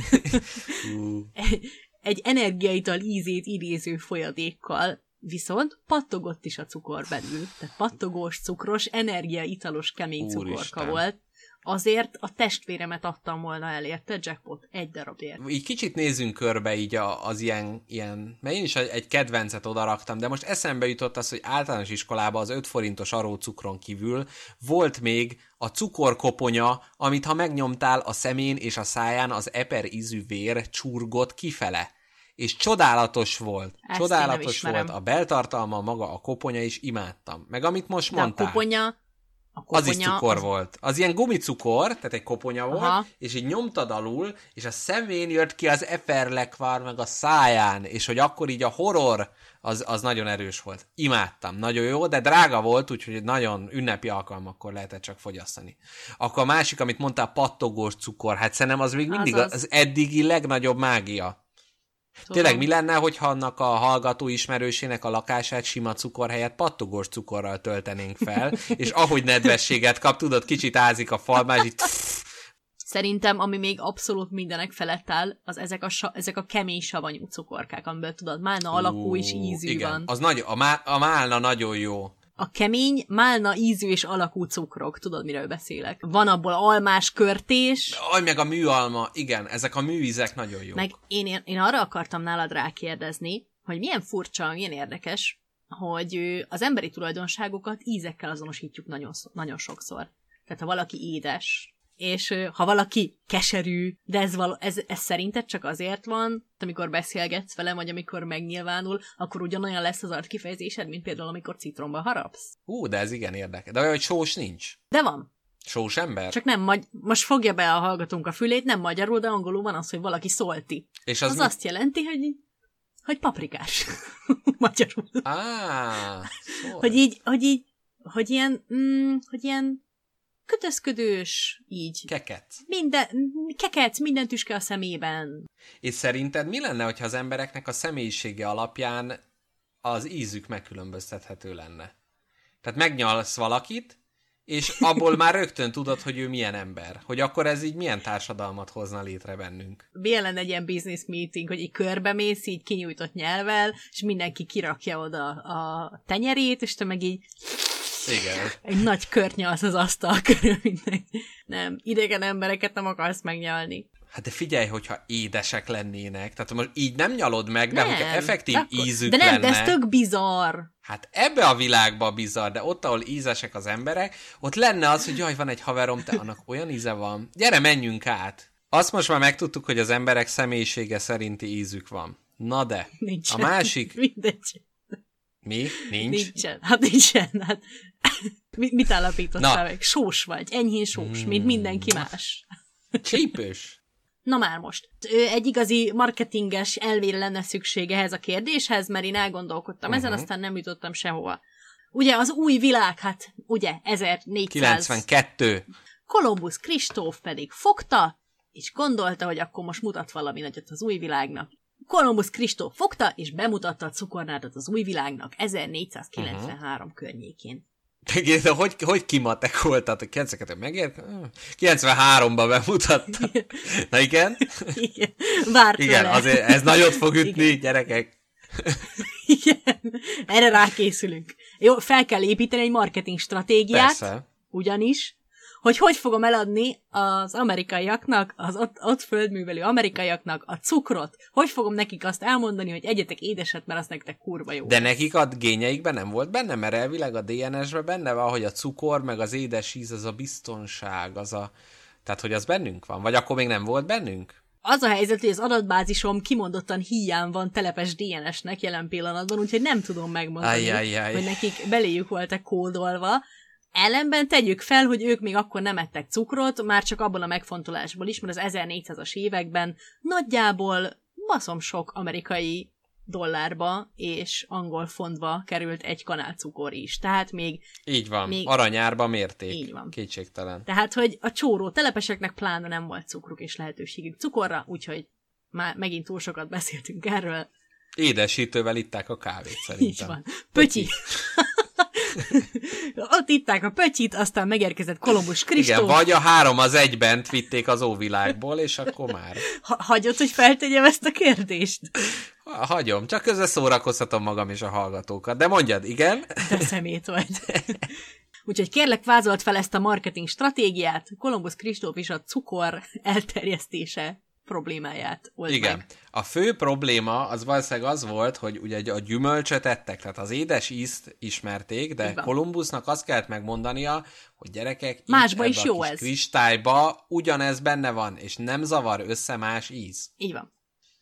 Uh. egy, egy energiaital ízét idéző folyadékkal, viszont pattogott is a cukor belül. Tehát pattogós, cukros, energiaitalos kemény Úristen. Cukorka volt. Azért a testvéremet adtam volna elérte, jackpot, egy darabért. Így kicsit nézzünk körbe így az ilyen, ilyen, mert én is egy kedvencet odaraktam, de most eszembe jutott az, hogy általános iskolában az öt forintos arócukron kívül volt még a cukorkoponya, amit ha megnyomtál a szemén és a száján, az eper ízű vér csurgott kifele. És csodálatos volt. Ezt csodálatos volt a beltartalma, maga a koponya, és imádtam. Meg amit most de mondtál. A koponya... Az is cukor az... volt. Az ilyen gumicukor, tehát egy koponya volt, aha. És így nyomtad alul, és a szemén jött ki az eperlekvár, meg a száján, és hogy akkor így a horror, az, az nagyon erős volt. Imádtam, nagyon jó, de drága volt, úgyhogy nagyon ünnepi alkalmakkor lehetett csak fogyasztani. Akkor a másik, amit mondtál, pattogós cukor, hát szerintem az még mindig az, az. az eddigi legnagyobb mágia. Tudom. Tényleg mi lenne, hogyha annak a hallgató ismerősének a lakását sima cukor helyett pattogós cukorral töltenénk fel, és ahogy nedvességet kap, tudod, kicsit ázik a falmás, így... Szerintem, ami még abszolút mindenek felett áll, az ezek a, sa- ezek a kemény savanyú cukorkák, amiből tudod, málna alakú és ízű igen. van. Az nagy, a, má- a málna nagyon jó. A kemény, málna ízű és alakú cukrok, tudod, miről beszélek. Van abból almás körtés. Aj, meg a műalma, igen, ezek a műízek nagyon jók. Meg én, én, én arra akartam nálad rákérdezni, hogy milyen furcsa, milyen érdekes, hogy az emberi tulajdonságokat ízekkel azonosítjuk nagyon, nagyon sokszor. Tehát ha valaki édes, és ha valaki keserű, de ez, val- ez, ez szerinted csak azért van, amikor beszélgetsz velem, vagy amikor megnyilvánul, akkor ugyanolyan lesz az arckifejezésed, mint például amikor citromba harapsz? Ú, de ez igen érdekes. De olyan, hogy sós nincs. De van. Sós ember? Csak nem, magy- most fogja be a hallgatónk a fülét, nem magyarul, de angolul van az, hogy valaki szolti. És az, az mi... azt jelenti, hogy, hogy paprikás. Magyarul. Á, szól. Hogy így, hogy így, hogy ilyen, mm, hogy ilyen kötözködős, így. Keket. Minden, kekec, minden tüske a szemében. És szerinted mi lenne, hogyha az embereknek a személyisége alapján az ízük megkülönböztethető lenne? Tehát megnyalsz valakit, és abból már rögtön tudod, hogy ő milyen ember. Hogy akkor ez így milyen társadalmat hozna létre bennünk. Milyen lenne egy ilyen business meeting, hogy így körbemész, így kinyújtott nyelvvel, és mindenki kirakja oda a tenyerét, és te meg így... Igen. Egy nagy kört nyalsz az asztal körül mindenki. Nem, idegen embereket nem akarsz megnyalni. Hát de figyelj, hogyha édesek lennének, tehát most így nem nyalod meg, de nem, hogyha effektív de akkor, ízük de nem, lenne... De ez tök bizarr. Hát ebbe a világba bizarr, de ott, ahol ízesek az emberek, ott lenne az, hogy jaj, van egy haverom, te annak olyan íze van. Gyere, menjünk át. Azt most már megtudtuk, hogy az emberek személyisége szerinti ízük van. Na de, nincsen. A másik... Mindegy. Mi? Nincs? Nincsen. Hát nincsen. Hát... Mit állapítottál meg? Sós vagy. Enyhén sós, mm. mint mindenki más. Csípős. Na már most. Egy igazi marketinges elvére lenne szükség ehhez a kérdéshez, mert én elgondolkodtam uh-huh. ezen, aztán nem jutottam sehova. Ugye az új világ, hát ugye ezernégyszáz... kilencvenkettő. Kolumbusz Kristóf pedig fogta, és gondolta, hogy akkor most mutat valami nagyot az új világnak. Kolumbusz Kristóf fogta, és bemutatta a cukornádat az új világnak ezernégyszázkilencvenhárom uh-huh. környékén. De hogy, hogy kimatekoltad, hogy kilencvenkettő megért? kilencvenháromban bemutatta. Na igen? Igen, várt igen, vele. Azért ez nagyot fog ütni, igen. Gyerekek. Igen, erre rákészülünk. Jó, fel kell építeni egy marketing stratégiát, persze. Ugyanis, hogy hogy fogom eladni az amerikaiaknak, az ott, ott földművelő amerikaiaknak a cukrot. Hogy fogom nekik azt elmondani, hogy egyetek édeset, mert az nektek kurva jó. De nekik a génjeikben nem volt benne, mert elvileg a dé en es-ben benne van, hogy a cukor, meg az édes íz, az a biztonság, az a... Tehát, hogy az bennünk van? Vagy akkor még nem volt bennünk? Az a helyzet, hogy az adatbázisom kimondottan híján van telepes dé en es-nek jelen pillanatban, úgyhogy nem tudom megmondani, Ajjajjaj. hogy nekik beléjük voltak kódolva. Ellenben tegyük fel, hogy ők még akkor nem ettek cukrot, már csak abban a megfontolásból is, mert az ezernégyszázas években nagyjából baszom sok amerikai dollárba és angol fontba került egy kanál cukor is. Tehát még... Így van, még... aranyárba mérték. Így van. Kétségtelen. Tehát, hogy a csóró telepeseknek pláne nem volt cukruk és lehetőségük cukorra, úgyhogy már megint túl sokat beszéltünk erről. Édesítővel itták a kávét szerintem. Így van. Pötyi. Ott itták a pötyit, aztán megérkezett Kolumbusz Kristóf. Igen, vagy a három az egyben vitték az óvilágból, és akkor már. Ha- hagyod, hogy feltegyem ezt a kérdést? Ha- Hagyom, csak közben szórakoztatom magam és a hallgatókat. De mondjad, igen? De szemét vagy. Úgyhogy kérlek, vázolt fel ezt a marketing stratégiát, Kolumbusz Kristóf is a cukor elterjesztése problémáját old Igen. meg. A fő probléma az valószínűleg az volt, hogy ugye a gyümölcsöt ettek, tehát az édes ízt ismerték, de Így van. Kolumbusznak azt kellett megmondania, hogy gyerekek, Másba itt is ebbe jó a kis ez. kristályba ugyanez benne van, és nem zavar össze más íz. Így van.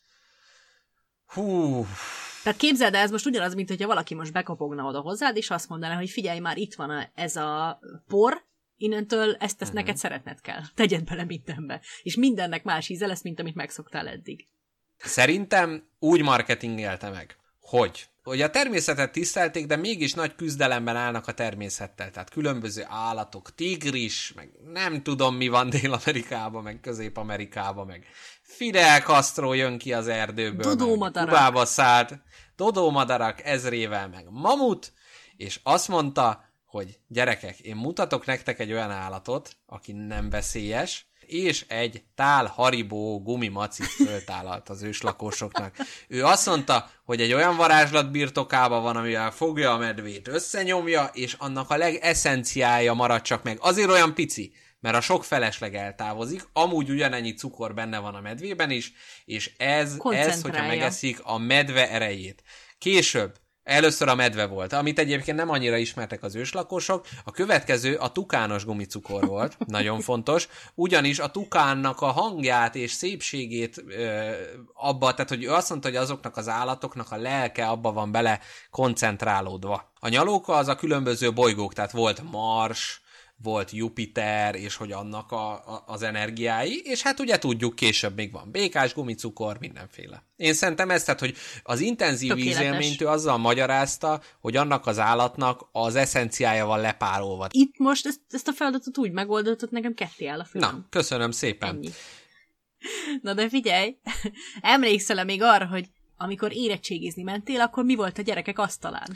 Hú, Tehát képzeld el, ez most ugyanaz, mint hogyha valaki most bekopogna oda hozzád, és azt mondaná, hogy figyelj már, itt van a, ez a por, innentől ezt, ezt uh-huh. neked szeretned kell. Tegyed bele mindenbe. És mindennek más íze lesz, mint amit megszoktál eddig. szerintem úgy marketingelte meg, hogy hogy a természetet tisztelték, de mégis nagy küzdelemben állnak a természettel. Tehát különböző állatok, tigris, meg nem tudom mi van Dél-Amerikában, meg Közép-Amerikában, meg Fidel Castro jön ki az erdőből, Dodómadarak. meg Kubába szállt, dodómadarak ezrével, meg mamut, és azt mondta, hogy gyerekek, én mutatok nektek egy olyan állatot, aki nem veszélyes, és egy tál Haribo gumimacit föltálalt az őslakosoknak. Ő azt mondta, hogy egy olyan varázslat birtokában van, amivel fogja a medvét, összenyomja, és annak a legeszenciája marad csak meg. Azért olyan pici, mert a sok felesleg eltávozik, amúgy ugyanennyi cukor benne van a medvében is, és ez, ez hogyha megeszik, a medve erejét. Később először a medve volt, amit egyébként nem annyira ismertek az őslakosok. A következő a tukános gumicukor volt, nagyon fontos, ugyanis a tukánnak a hangját és szépségét ö, abba, tehát hogy ő azt mondta, hogy azoknak az állatoknak a lelke abba van bele koncentrálódva. A nyalóka az a különböző bolygók, tehát volt Mars, volt Jupiter, és hogy annak a, a, az energiái, és hát ugye tudjuk, később még van békás gumicukor, mindenféle. Én szerintem ez, tehát, hogy az intenzív ízélményt ő azzal magyarázta, hogy annak az állatnak az eszenciája van lepárolva. Itt most ezt, ezt a feladatot úgy megoldottat, nekem ketté áll a főm. Na, köszönöm szépen. Ennyi. Na de figyelj, emlékszel-e még arra, hogy amikor érettségizni mentél, akkor mi volt a gyerekek asztalán?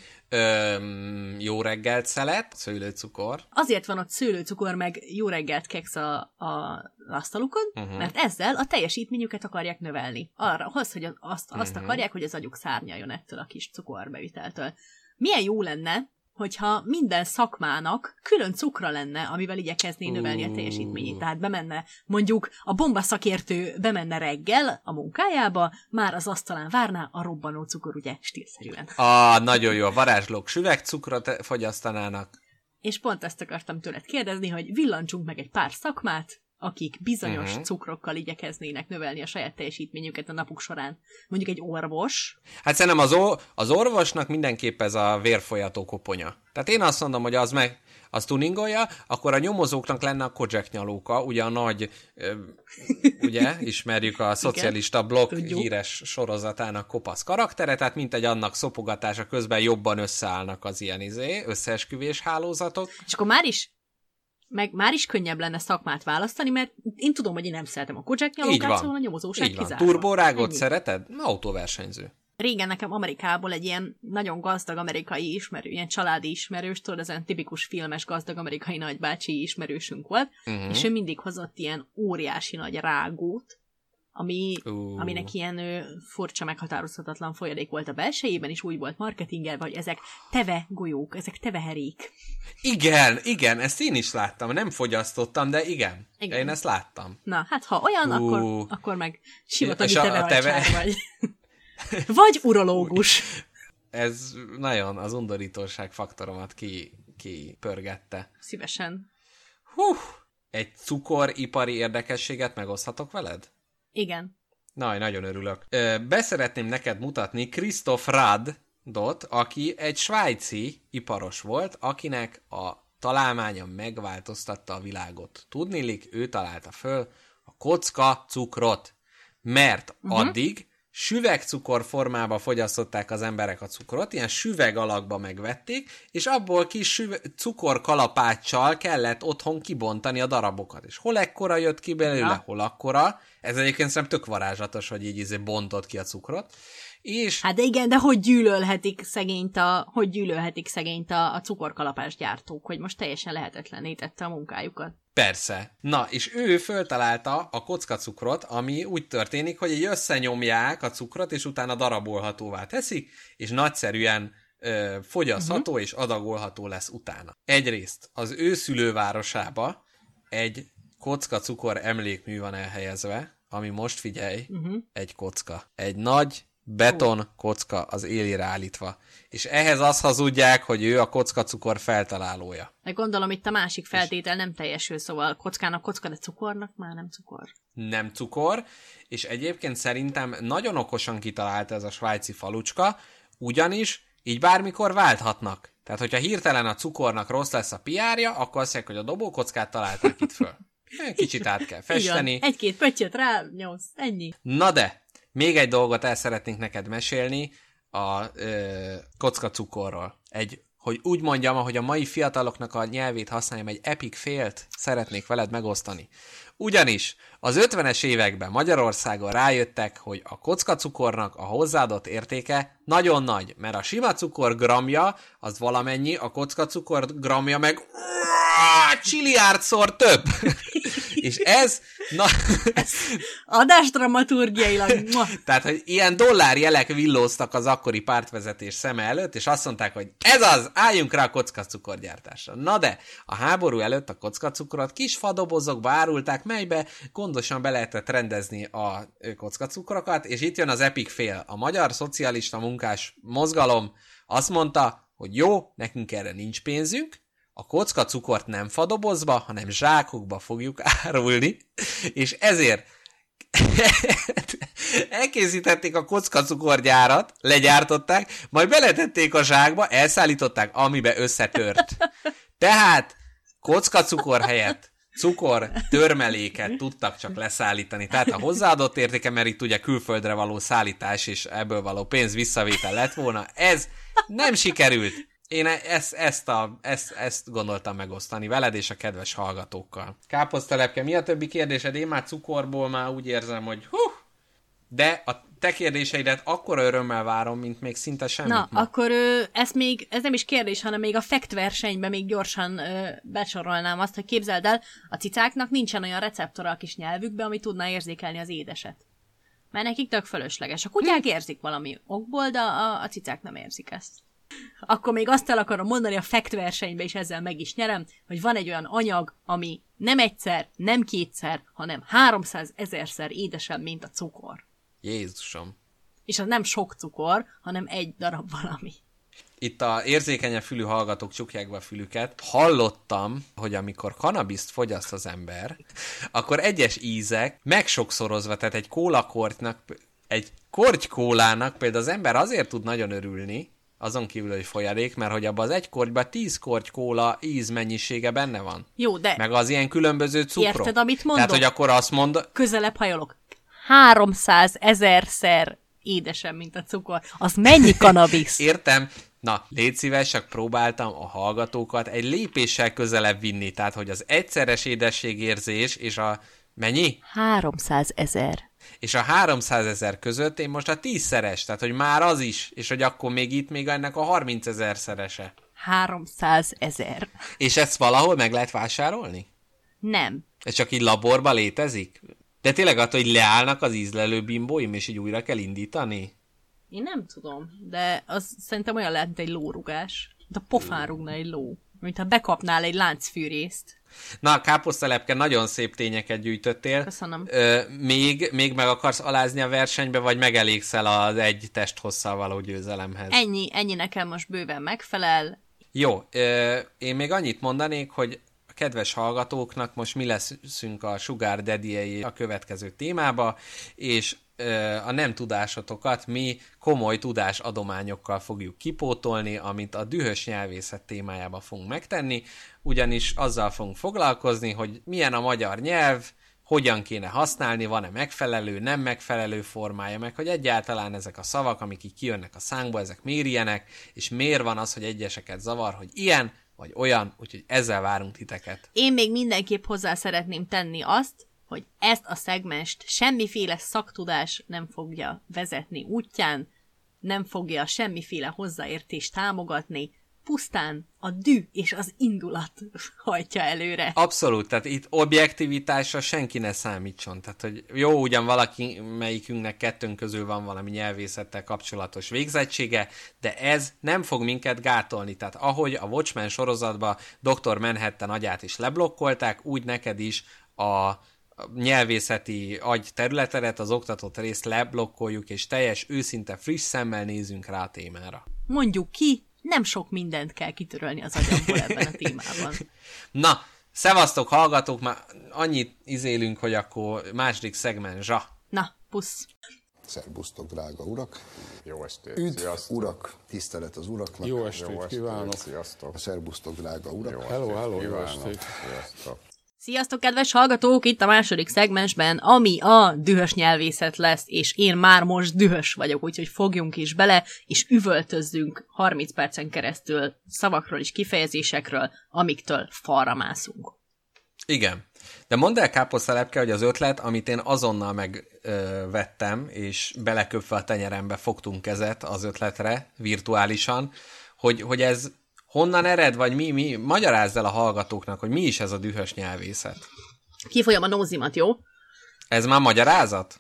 Öm, jó reggelt szelet, szőlőcukor. Azért van ott szőlőcukor, meg jó reggelt keksz a, a asztalukon, uh-huh. mert ezzel a teljesítményüket akarják növelni. Arra, az, hogy azt, azt uh-huh. akarják, hogy az agyuk szárnyaljon ettől a kis cukorbeviteltől. Milyen jó lenne, hogyha minden szakmának külön cukra lenne, amivel igyekezné növelni a teljesítményét. Tehát bemenne, mondjuk a bombaszakértő bemenne reggel a munkájába, már az asztalán várná a robbanó cukor, ugye, stílszerűen. Ah, nagyon jó, a varázslók süvegcukrot fogyasztanának. És pont ezt akartam tőled kérdezni, hogy villancsunk meg egy pár szakmát, akik bizonyos uh-huh. cukrokkal igyekeznének növelni a saját teljesítményüket a napuk során. Mondjuk egy orvos. Hát szerintem az, o- az orvosnak mindenképp ez a vérfolyató koponya. Tehát én azt mondom, hogy az meg az tuningolja, akkor a nyomozóknak lenne a Kojak nyalóka, ugye a nagy, ö, ugye, ismerjük a szocialista blokk Tudjuk. híres sorozatának kopasz karaktere, tehát mint egy annak szopogatása közben jobban összeállnak az ilyen izé, összeesküvés hálózatok. És akkor már is meg már is könnyebb lenne szakmát választani, mert én tudom, hogy én nem szeretem a Kojak nyalókát, szóval a nyomozóság kizárva. Turborágot Ennyi. szereted? Autóversenyző. Régen nekem Amerikából egy ilyen nagyon gazdag amerikai ismerő, ilyen családi ismerős, tudod, ez olyan tipikus filmes gazdag amerikai nagybácsi ismerősünk volt, uh-huh. és ő mindig hozott ilyen óriási nagy rágót, ami, uh. aminek ilyen ö, furcsa, meghatározhatatlan folyadék volt a belsejében, és úgy volt marketingelve, hogy ezek teve golyók, ezek teveherék. Igen, igen, ezt én is láttam. Nem fogyasztottam, de igen. igen. Én ezt láttam. Na, hát ha olyan, uh. akkor, akkor meg sivatagi teve, teve vagy. Vagy urológus. Ez nagyon az undorítóság faktoromat ki, ki pörgette. Szívesen. Hú, egy cukoripari érdekességet megoszthatok veled? Igen. Na, nagyon örülök. Beszeretném neked mutatni Christoph Radot, aki egy svájci iparos volt, akinek a találmánya megváltoztatta a világot. Tudniillik, ő találta föl a kocka cukrot, mert uh-huh. addig süvegcukor formába fogyasztották az emberek a cukrot, ilyen süveg alakba megvették, és abból kis süve- cukorkalapáccsal kellett otthon kibontani a darabokat. És hol ekkora jött ki belőle, ja. hol akkora. Ez egyébként szerintem tök varázslatos, hogy így izé bontott ki a cukrot. És... Hát de igen, de hogy gyűlölhetik szegényt a, hogy gyűlölhetik szegényt a, a cukorkalapás gyártók, hogy most teljesen lehetetlenné tette a munkájukat. Persze. Na, és ő föltalálta a kockacukrot, ami úgy történik, hogy így összenyomják a cukrot, és utána darabolhatóvá teszik, és nagyszerűen ö, fogyasztható uh-huh. és adagolható lesz utána. Egyrészt az ő szülővárosába egy kockacukor emlékmű van elhelyezve, ami most figyelj, uh-huh. egy kocka. Egy nagy beton kocka az élére állítva. És ehhez azt hazudják, hogy ő a kockacukor feltalálója. De gondolom itt a másik feltétel nem teljesül, szóval kockának kocka, de cukornak már nem cukor. Nem cukor, és egyébként szerintem nagyon okosan kitalálta ez a svájci falucska, ugyanis így bármikor válthatnak. Tehát, hogyha hirtelen a cukornak rossz lesz a piárja, akkor azt mondják, hogy a dobókockát találták itt föl. Kicsit át kell festeni. Egy-két pöttyöt rá nyomsz, ennyi. Na de, még egy dolgot el szeretnénk neked mesélni a ö, kockacukorról. Egy, hogy úgy mondjam, ahogy a mai fiataloknak a nyelvét használjam, egy epic failt szeretnék veled megosztani. Ugyanis az ötvenes években Magyarországon rájöttek, hogy a kockacukornak a hozzáadott értéke nagyon nagy, mert a sima cukor gramja az valamennyi, a kockacukor gramja meg csiliárdszor több. És ez... Na, adásdramaturgiailag. Tehát, hogy ilyen dollárjelek villóztak az akkori pártvezetés szeme előtt, és azt mondták, hogy ez az, álljunk rá a kockacukorgyártásra. Na de, a háború előtt a kockacukrot kis fadobozokba árulták, melybe gondosan be lehetett rendezni a kockacukrokat, és itt jön az epic fail. A magyar szocialista munkás mozgalom azt mondta, hogy jó, nekünk erre nincs pénzünk, a kockacukort nem fadobozba, hanem zsákokba fogjuk árulni, és ezért elkészítették a kockacukorgyárat, legyártották, majd beletették a zsákba, elszállították, amibe összetört. Tehát kockacukor helyett cukor törmeléket tudtak csak leszállítani. Tehát a hozzáadott értéke, mert itt ugye külföldre való szállítás és ebből való pénz visszavétel lett volna, ez nem sikerült. Én ezt, ezt, a, ezt, ezt gondoltam megosztani veled és a kedves hallgatókkal. Káposztelepke, mi a többi kérdésed? Én már cukorból már úgy érzem, hogy hú, de a te kérdéseidet akkora örömmel várom, mint még szinte semmit. Na, ma. akkor ö, ezt még, ez nem is kérdés, hanem még a fact versenyben még gyorsan ö, besorolnám azt, hogy képzeld el, a cicáknak nincsen olyan receptora a kis nyelvükbe, ami tudná érzékelni az édeset. Mert nekik tök fölösleges. A kutyák érzik valami okból, de a, a cicák nem érzik ezt. Akkor még azt el akarom mondani a fact versenyben, és ezzel meg is nyerem, hogy van egy olyan anyag, ami nem egyszer, nem kétszer, hanem háromszázezerszer édesebb, mint a cukor. Jézusom. És az nem sok cukor, hanem egy darab valami. Itt a érzékenyebb fülű hallgatók csukják be a fülüket. Hallottam, hogy amikor kanabiszt fogyaszt az ember, akkor egyes ízek megsokszorozva, tehát egy kólakortynak, egy kortykólának például az ember azért tud nagyon örülni, azon kívül, hogy folyadék, mert hogy abban az egy kortyban tíz kortykóla ízmennyisége benne van. Jó, de... Meg az ilyen különböző cukrok. Érted, amit mondok? Tehát, hogy akkor azt mond... Közelebb hajolok. háromszázezerszer édesebb, mint a cukor. Az mennyi kanabisz? Értem. Na, légy szíves, csak próbáltam a hallgatókat egy lépéssel közelebb vinni. Tehát, hogy az egyszeres édességérzés és a... Mennyi? háromszázezer. És a háromszázezer között én most a tízszeres, tehát hogy már az is, és hogy akkor még itt még ennek a harmincezerszerese. háromszázezer. És ezt valahol meg lehet vásárolni? Nem. Ez csak így laborban létezik? De tényleg attól, hogy leállnak az ízlelő bimbóim, és így újra kell indítani? Én nem tudom, de az szerintem olyan lehet, mint egy lórugás. Mint a pofán rúgna egy ló. Mint ha bekapnál egy láncfűrészt. Na, káposztalepke, nagyon szép tényeket gyűjtöttél. Köszönöm. Ö, még, még meg akarsz alázni a versenybe, vagy megelégszel az egy testhosszal való győzelemhez? Ennyi, ennyi nekem most bőven megfelel. Jó, ö, én még annyit mondanék, hogy a kedves hallgatóknak most mi leszünk a Sugar Daddy-ei a következő témába, és a nem tudásotokat mi komoly tudásadományokkal fogjuk kipótolni, amit a dühös nyelvészet témájában fogunk megtenni, ugyanis azzal fogunk foglalkozni, hogy milyen a magyar nyelv, hogyan kéne használni, van-e megfelelő, nem megfelelő formája, meg hogy egyáltalán ezek a szavak, amik így kijönnek a szánkból, ezek miért ilyenek, és miért van az, hogy egyeseket zavar, hogy ilyen, vagy olyan, úgyhogy ezzel várunk titeket. Én még mindenképp hozzá szeretném tenni azt, hogy ezt a szegmest semmiféle szaktudás nem fogja vezetni útján, nem fogja semmiféle hozzáértést támogatni, pusztán a dű és az indulat hajtja előre. Abszolút, tehát itt objektivitásra senki ne számítson. Tehát, hogy jó, ugyan valaki, melyikünknek kettőnk közül van valami nyelvészettel kapcsolatos végzettsége, de ez nem fog minket gátolni. Tehát ahogy a Watchmen sorozatban doktor Manhattan agyát is leblokkolták, úgy neked is a nyelvészeti agy területedet, az oktatott részt leblokkoljuk, és teljes, őszinte, friss szemmel nézünk rá a témára. Mondjuk ki, nem sok mindent kell kitörölni az agyamból ebben a témában. Na, szevasztok hallgatók, már annyit izélünk, hogy akkor második szegmensra. Na, pusz! Szerbusztok, drága urak! Jó estét! Üdv, Sziasztok. urak! Tisztelet az uraknak! Jó estét, Jó estét kívánok! Sziasztok! Szerbusztok, drága urak! Jó hello, hello, jó estét! Sziasztok! Sziasztok, kedves hallgatók! Itt a második szegmensben, ami a dühös nyelvészet lesz, és én már most dühös vagyok, úgyhogy fogjunk is bele, és üvöltözzünk harminc percen keresztül szavakról és kifejezésekről, amiktől falra mászunk. Igen. De mondd el, káposztalepke, hogy az ötlet, amit én azonnal megvettem, és beleköpve a tenyerembe fogtunk kezet az ötletre, virtuálisan, hogy, hogy ez honnan ered, vagy mi, mi? Magyarázz el a hallgatóknak, hogy mi is ez a dühös nyelvészet. Kifolyam a nózimat, jó? Ez már magyarázat?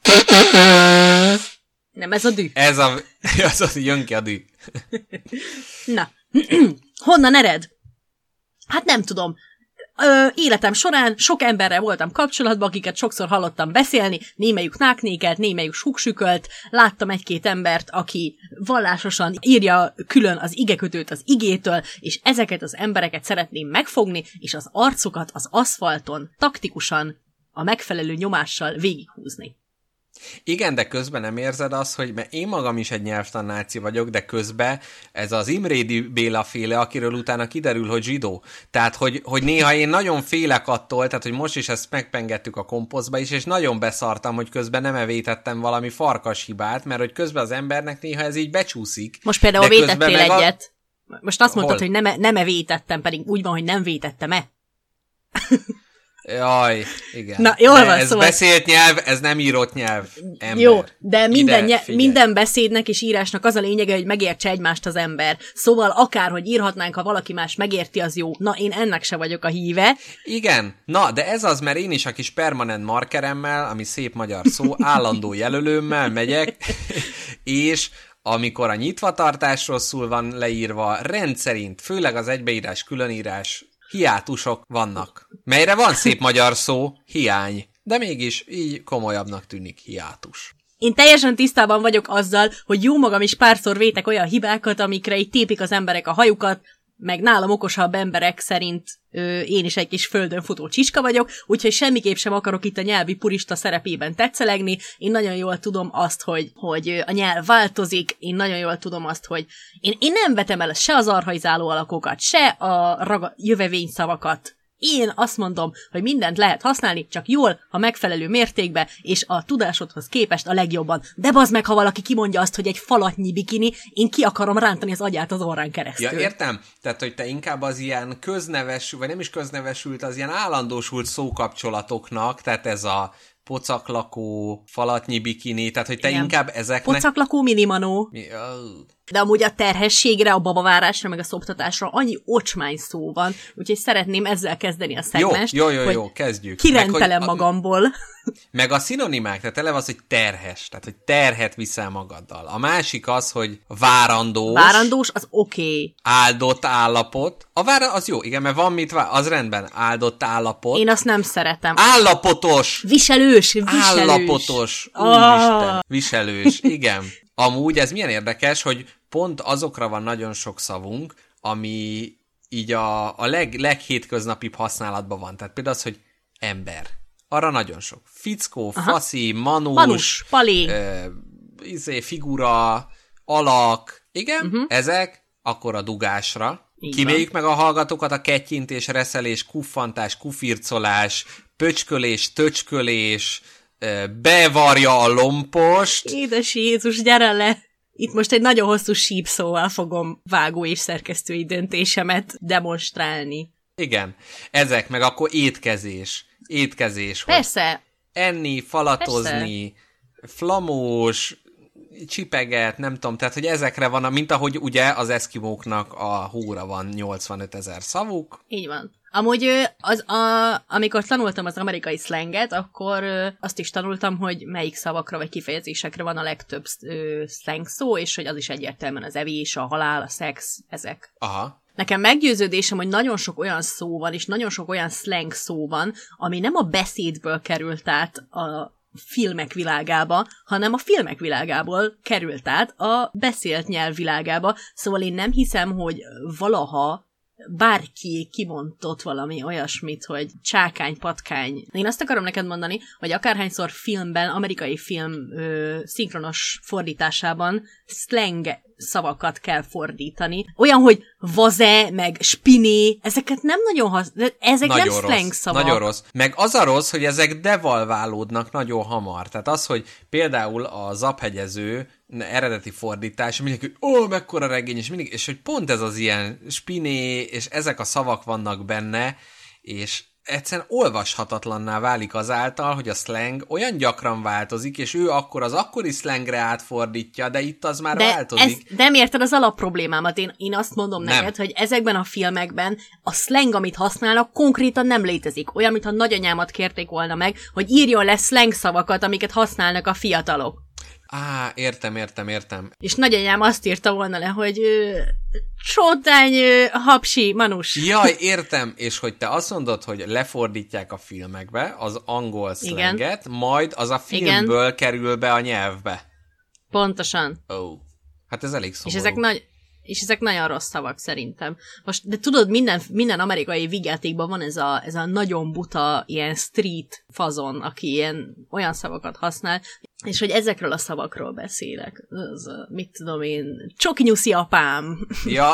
Nem, ez a dű. Ez a... az, az jön ki a dű. Na, honnan ered? Hát nem tudom. Ö, életem során sok emberrel voltam kapcsolatban, akiket sokszor hallottam beszélni, némelyük náknékelt, némelyük súgsükölt, láttam egy-két embert, aki vallásosan írja külön az igekötőt az igétől, és ezeket az embereket szeretném megfogni, és az arcukat az aszfalton taktikusan, a megfelelő nyomással végighúzni. Igen, de közben nem érzed azt, hogy mert én magam is egy nyelvtannáci vagyok, de közben ez az Imrédi Béla féle, akiről utána kiderül, hogy zsidó. Tehát, hogy, hogy néha én nagyon félek attól, tehát, hogy most is ezt megpengettük a komposztba is, és nagyon beszartam, hogy közben nem evétettem valami farkas hibát, mert hogy közben az embernek néha ez így becsúszik. Most például vétettél egyet. A... Most azt mondtad, Hol? hogy nem, nem evétettem, pedig úgy van, hogy nem vétettem-e. Jaj, igen. Na, jól de van, ez szóval... beszélt nyelv, ez nem írott nyelv. Ember. Jó, de minden, Ide, nye- minden beszédnek és írásnak az a lényege, hogy megértse egymást az ember. Szóval akárhogy írhatnánk, ha valaki más megérti, az jó. Na, én ennek se vagyok a híve. Igen, na, de ez az, mert én is a kis permanent markeremmel, ami szép magyar szó, állandó jelölőmmel megyek, és amikor a nyitvatartás rosszul van leírva, rendszerint, főleg az egybeírás, különírás, hiátusok vannak. Melyre van szép magyar szó, hiány. De mégis így komolyabbnak tűnik hiátus. Én teljesen tisztában vagyok azzal, hogy jó magam is párszor vétek olyan hibákat, amikre így tépik az emberek a hajukat, meg nálam okosabb emberek szerint ö, én is egy kis földön futó csiska vagyok, úgyhogy semmiképp sem akarok itt a nyelvi purista szerepében tetszelegni. Én nagyon jól tudom azt, hogy, hogy a nyelv változik, én nagyon jól tudom azt, hogy én, én nem vetem el se az archaizáló alakokat, se a raga, jövevényszavakat. Én azt mondom, hogy mindent lehet használni, csak jól, ha megfelelő mértékben, és a tudásodhoz képest a legjobban. De bazd meg, ha valaki kimondja azt, hogy egy falatnyi bikini, én ki akarom rántani az agyát az orrán keresztül. Ja, értem? Tehát, hogy te inkább az ilyen köznevesült, vagy nem is köznevesült, az ilyen állandósult szókapcsolatoknak, tehát ez a pocaklakó, falatnyi bikini, tehát hogy te Igen. inkább ezeknek... Pocaklakó minimanó. Mi? Oh. De amúgy a terhességre, a babavárásra, meg a szoptatásra annyi ocsmány szó van, úgyhogy szeretném ezzel kezdeni a szegmest, Jó, jó, jó, hogy jó, kezdjük. kirentelem meg, hogy magamból. A, meg a szinonimák, tehát eleve az, hogy terhes, tehát hogy terhet viszel magaddal. A másik az, hogy várandós. Várandós, az oké. Okay. Áldott állapot. A vár az jó, igen, mert van mit vár, az rendben, áldott állapot. Én azt nem szeretem. Állapotos! Viselős, viselős. Állapotos, úristen, oh. Viselős, igen. Amúgy ez milyen érdekes, hogy pont azokra van nagyon sok szavunk, ami így a, a leg, leghétköznapibb használatban van. Tehát például az, hogy ember. Arra nagyon sok. Fickó, aha. Faszi, manus, manus palé. Ö, izé, figura, alak. Igen, uh-huh. ezek akkor a dugásra. Így Kiméljük van. Meg a hallgatókat a kettyintés, reszelés, kuffantás, kufircolás, pöcskölés, töcskölés, bevarja a lompost. Édes Jézus, gyere le! Itt most egy nagyon hosszú sípszóval fogom vágó és szerkesztői döntésemet demonstrálni. Igen, ezek, meg akkor étkezés. Étkezés. Persze. Enni, falatozni, Persze. flamós, csipeget, nem tudom, tehát, hogy ezekre van, mint ahogy ugye az eszkimóknak a hóra van nyolcvanöt ezer szavuk. Így van. Amúgy az, a, amikor tanultam az amerikai szlenget, akkor azt is tanultam, hogy melyik szavakra vagy kifejezésekre van a legtöbb szleng szó, és hogy az is egyértelműen az evés, a halál, a szex, ezek. Aha. Nekem meggyőződésem, hogy nagyon sok olyan szó van, és nagyon sok olyan szleng szó van, ami nem a beszédből került át a filmek világába, hanem a filmek világából került át a beszélt nyelv világába. Szóval én nem hiszem, hogy valaha bárki kimondott valami olyasmit, hogy csákány, patkány. Én azt akarom neked mondani, hogy akárhányszor filmben, amerikai film ö, szinkronos fordításában slang szavakat kell fordítani. Olyan, hogy vaze, meg spiné, ezeket nem nagyon hasz... Ezek nagyon nem slang rossz, szavak. Nagyon rossz. Meg az a rossz, hogy ezek devalválódnak nagyon hamar. Tehát az, hogy például a Zaphegyező eredeti fordítás, mindenki, ó, mekkora regény, és mindig, és hogy pont ez az ilyen spiné, és ezek a szavak vannak benne, és egyszerűen olvashatatlanná válik azáltal, hogy a slang olyan gyakran változik, és ő akkor az akkori slangre átfordítja, de itt az már de változik. Ez, nem érted az alapproblémámat, én, én azt mondom nem. neked, hogy ezekben a filmekben a slang, amit használnak, konkrétan nem létezik. Olyan, mintha nagyanyámat kérték volna meg, hogy írjon le slang szavakat, amiket használnak a fiatalok. Á, értem, értem, értem. És nagyanyám azt írta volna le, hogy ö, csótány, ö, hapsi, manus. Jaj, értem, és hogy te azt mondod, hogy lefordítják a filmekbe az angol szlenget, majd az a filmből Igen. kerül be a nyelvbe. Pontosan. Ó, oh. Hát ez elég szomorú. És ezek nagy... És ezek nagyon rossz szavak szerintem. Most, de tudod, minden, minden amerikai vígjátékban van ez a, ez a nagyon buta, ilyen street fazon, aki ilyen olyan szavakat használ, és hogy ezekről a szavakról beszélek. Az, mit tudom én, csokinyuszi apám. Ja,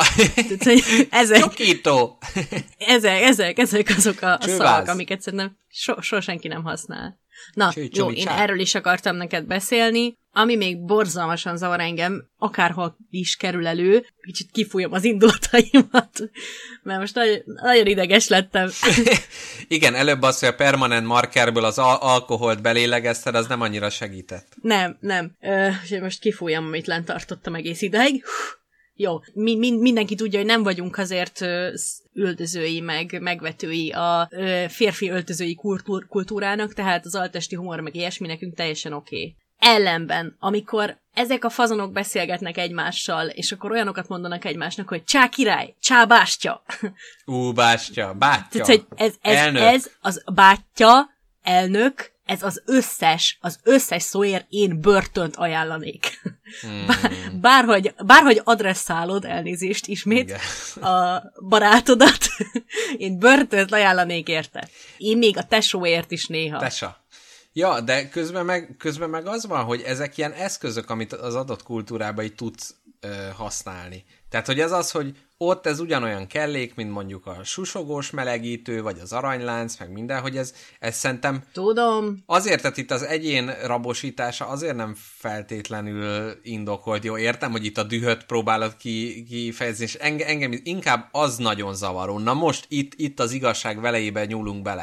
ezek, csokító. ezek, ezek, ezek azok a, a szavak, amiket szerintem so, so senki nem használ. Na, Cső, jó, én erről is akartam neked beszélni. Ami még borzalmasan zavar engem, akárhol is kerül elő, kicsit kifújom az indulataimat, mert most nagyon, nagyon ideges lettem. Igen, előbb az, hogy a permanent markerből az al- alkoholt belélegezted, az nem annyira segített. Nem, nem. Ö, most kifújom, amit lent tartottam egész ideig. Jó, mi, mi, mindenki tudja, hogy nem vagyunk azért öltözői, meg megvetői a ö, férfi öltözői kultúr, kultúrának, tehát az altesti humor, meg ilyesmi nekünk teljesen oké. Okay. Ellenben, amikor ezek a fazonok beszélgetnek egymással, és akkor olyanokat mondanak egymásnak, hogy csá király, csá bástya. Ú, bástya, bátya, tehát, hogy ez, ez, ez az bátya, elnök, ez az összes, az összes szóért én börtönt ajánlanék. Hmm. Bárhogy, bárhogy adresszálod, elnézést ismét, Igen. a barátodat, én börtönt ajánlanék érte. Én még a tesóért is néha. Tesa. Ja, de közben meg, közben meg az van, hogy ezek ilyen eszközök, amit az adott kultúrában így tudsz ö, használni. Tehát, hogy ez az, hogy ott ez ugyanolyan kellék, mint mondjuk a susogós melegítő, vagy az aranylánc, meg minden, hogy ez, ez szerintem... Tudom. Azért, tehát itt az egyén rabosítása azért nem feltétlenül indokolt. Jó, értem, hogy itt a dühöt próbálod ki, kifejezni, és enge, engem inkább az nagyon zavaró. Na most itt, itt az igazság velejében nyúlunk bele.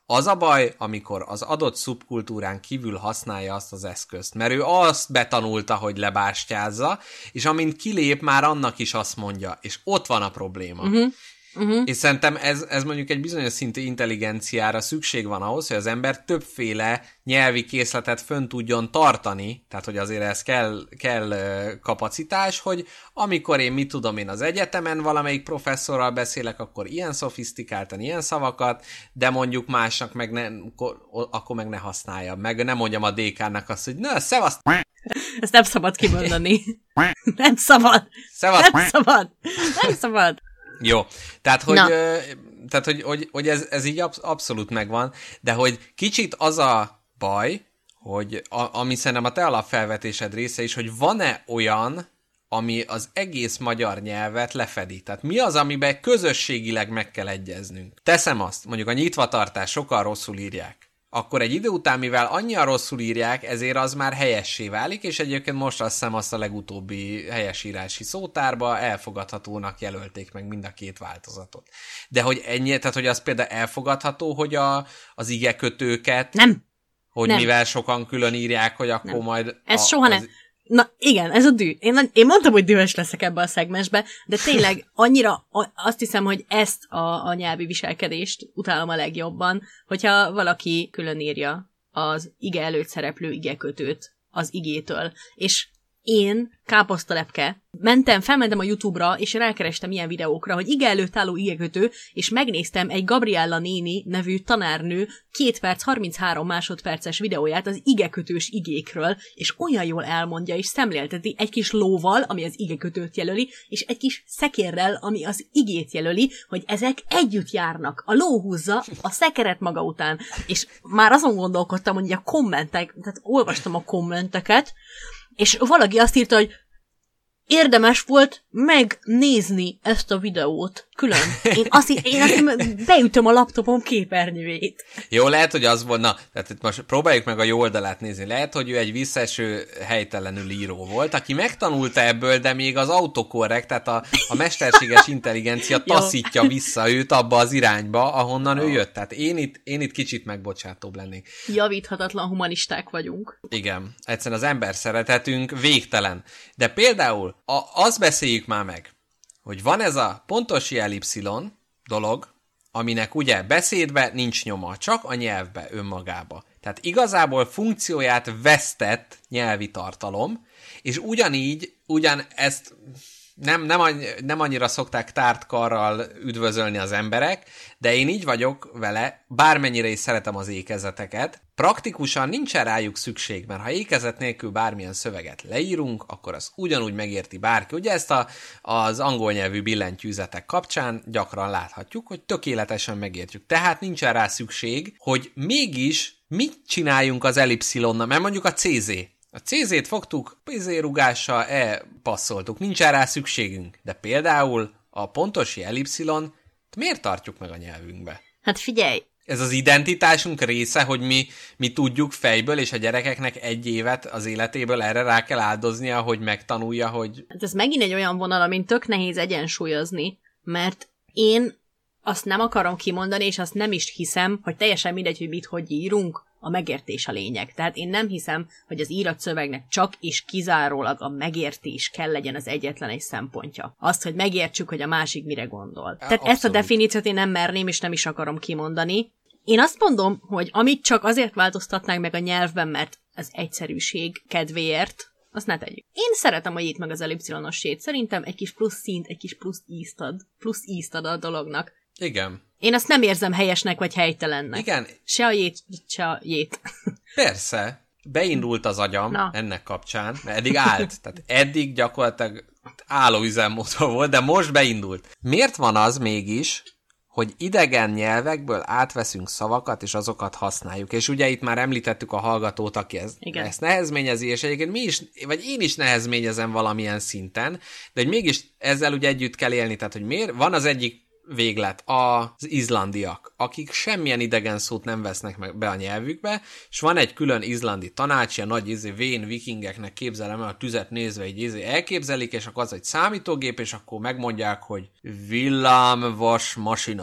Az a baj, amikor az adott szubkultúrán kívül használja azt az eszközt, mert ő azt betanulta, hogy lebástyázza, és amint kilép, már annak is azt mondja, és ott van a probléma. Uh-huh. Uh-huh. És szerintem ez, ez mondjuk egy bizonyos szintű intelligenciára szükség van ahhoz, hogy az ember többféle nyelvi készletet fönn tudjon tartani, tehát hogy azért ez kell, kell kapacitás, hogy amikor én mit tudom én az egyetemen valamelyik professzorral beszélek, akkor ilyen szofisztikáltan, ilyen szavakat, de mondjuk másnak meg ne, akkor meg ne használja, meg nem mondjam a dé ká-nak azt, hogy na, szevasz! Ezt nem szabad kimondani. Nem szabad! Szevasz! Nem szabad! Nem szabad! Jó, tehát hogy, ö, tehát, hogy, hogy, hogy ez, ez így absz- abszolút megvan, de hogy kicsit az a baj, hogy a, ami szerintem a te alapfelvetésed része is, hogy van-e olyan, ami az egész magyar nyelvet lefedi. Tehát mi az, amiben közösségileg meg kell egyeznünk. Teszem azt, mondjuk a nyitvatartás sokan rosszul írják. Akkor egy idő után, mivel annyian rosszul írják, ezért az már helyessé válik, és egyébként most azt hiszem azt a legutóbbi helyesírási szótárba elfogadhatónak jelölték meg mind a két változatot. De hogy ennyi, tehát hogy az például elfogadható, hogy a, az igekötőket, nem. hogy nem. mivel sokan külön írják, hogy akkor nem. majd... Ez a, soha az... nem. Na igen, ez a dű. Én, én mondtam, hogy dühös leszek ebbe a szegmensbe, de tényleg annyira azt hiszem, hogy ezt a, a nyelvi viselkedést utálom a legjobban, hogyha valaki külön írja az ige előtt szereplő igekötőt az igétől. És én, káposztalepke, mentem, felmentem a YouTube-ra, és rákerestem ilyen videókra, hogy ige előtt álló igekötő, és megnéztem egy Gabriella néni nevű tanárnő két perc, harminchárom másodperces videóját az igekötős igékről, és olyan jól elmondja, és szemlélteti egy kis lóval, ami az igekötőt jelöli, és egy kis szekérrel, ami az igét jelöli, hogy ezek együtt járnak. A ló húzza a szekeret maga után. És már azon gondolkodtam, hogy a kommentek, tehát olvastam a kommenteket, és valaki azt írta, hogy érdemes volt megnézni ezt a videót külön. Én azt, én azt beütöm a laptopom képernyőjét. Jó, lehet, hogy az volt, na, tehát itt most próbáljuk meg a jó oldalát nézni. Lehet, hogy ő egy visszaeső helytelenül író volt, aki megtanulta ebből, de még az autokorrekt, tehát a, a mesterséges intelligencia taszítja vissza őt abba az irányba, ahonnan ő jött. Tehát én itt, én itt kicsit megbocsátóbb lennék. Javíthatatlan humanisták vagyunk. Igen, egyszerűen az ember szeretetünk végtelen. De például a, azt beszéljük már meg, hogy van ez a pontos jel Y dolog, aminek ugye beszédbe nincs nyoma, csak a nyelvbe önmagába. Tehát igazából funkcióját vesztett nyelvi tartalom, és ugyanígy, ugyan ezt nem, nem, annyi, nem annyira szokták tárt karral üdvözölni az emberek, de én így vagyok vele, bármennyire is szeretem az ékezeteket, praktikusan nincsen rájuk szükség, mert ha ékezet nélkül bármilyen szöveget leírunk, akkor az ugyanúgy megérti bárki. Ugye ezt a, az angol nyelvű billentyűzetek kapcsán gyakran láthatjuk, hogy tökéletesen megértjük. Tehát nincsen rá szükség, hogy mégis mit csináljunk az elipszilonnal, mert mondjuk a cé zé. A cé zét fogtuk, pé zé rugással e-passzoltuk, nincsen rá szükségünk. De például a pontos jel Y miért tartjuk meg a nyelvünkbe? Hát figyelj! Ez az identitásunk része, hogy mi, mi tudjuk fejből, és a gyerekeknek egy évet az életéből erre rá kell áldoznia, hogy megtanulja, hogy... Hát ez megint egy olyan vonal, amin tök nehéz egyensúlyozni, mert én azt nem akarom kimondani, és azt nem is hiszem, hogy teljesen mindegy, hogy mit, hogy írunk, a megértés a lényeg. Tehát én nem hiszem, hogy az írott szövegnek csak és kizárólag a megértés kell legyen az egyetlen egy szempontja. Azt, hogy megértsük, hogy a másik mire gondol. Tehát abszolút. Ezt a definíciót én nem merném, és nem is akarom kimondani. Én azt mondom, hogy amit csak azért változtatnánk meg a nyelvben, mert az egyszerűség kedvéért, azt ne tegyük. Én szeretem a jét meg az elipszilonos sét. Szerintem egy kis plusz színt, egy kis plusz ízt ad. Plusz ízt ad a dolognak. Igen. Én azt nem érzem helyesnek vagy helytelennek. Igen. Se a jét, se a jét. Persze. Beindult az agyam Na. ennek kapcsán, mert eddig állt. Tehát eddig gyakorlatilag álló üzemmódban volt, de most beindult. Miért van az mégis, hogy idegen nyelvekből átveszünk szavakat, és azokat használjuk? És ugye itt már említettük a hallgatót, aki ez, ezt nehezményezi, és egyébként mi is, vagy én is nehezményezem valamilyen szinten, de hogy mégis ezzel ugye együtt kell élni. Tehát, hogy miért van az egyik véglet, az izlandiak, akik semmilyen idegen szót nem vesznek meg be a nyelvükbe, és van egy külön izlandi tanács, ilyen nagy izé, vén vikingeknek képzelem el, a tüzet nézve egy izé elképzelik, és akkor az egy számítógép, és akkor megmondják, hogy villám vas masina.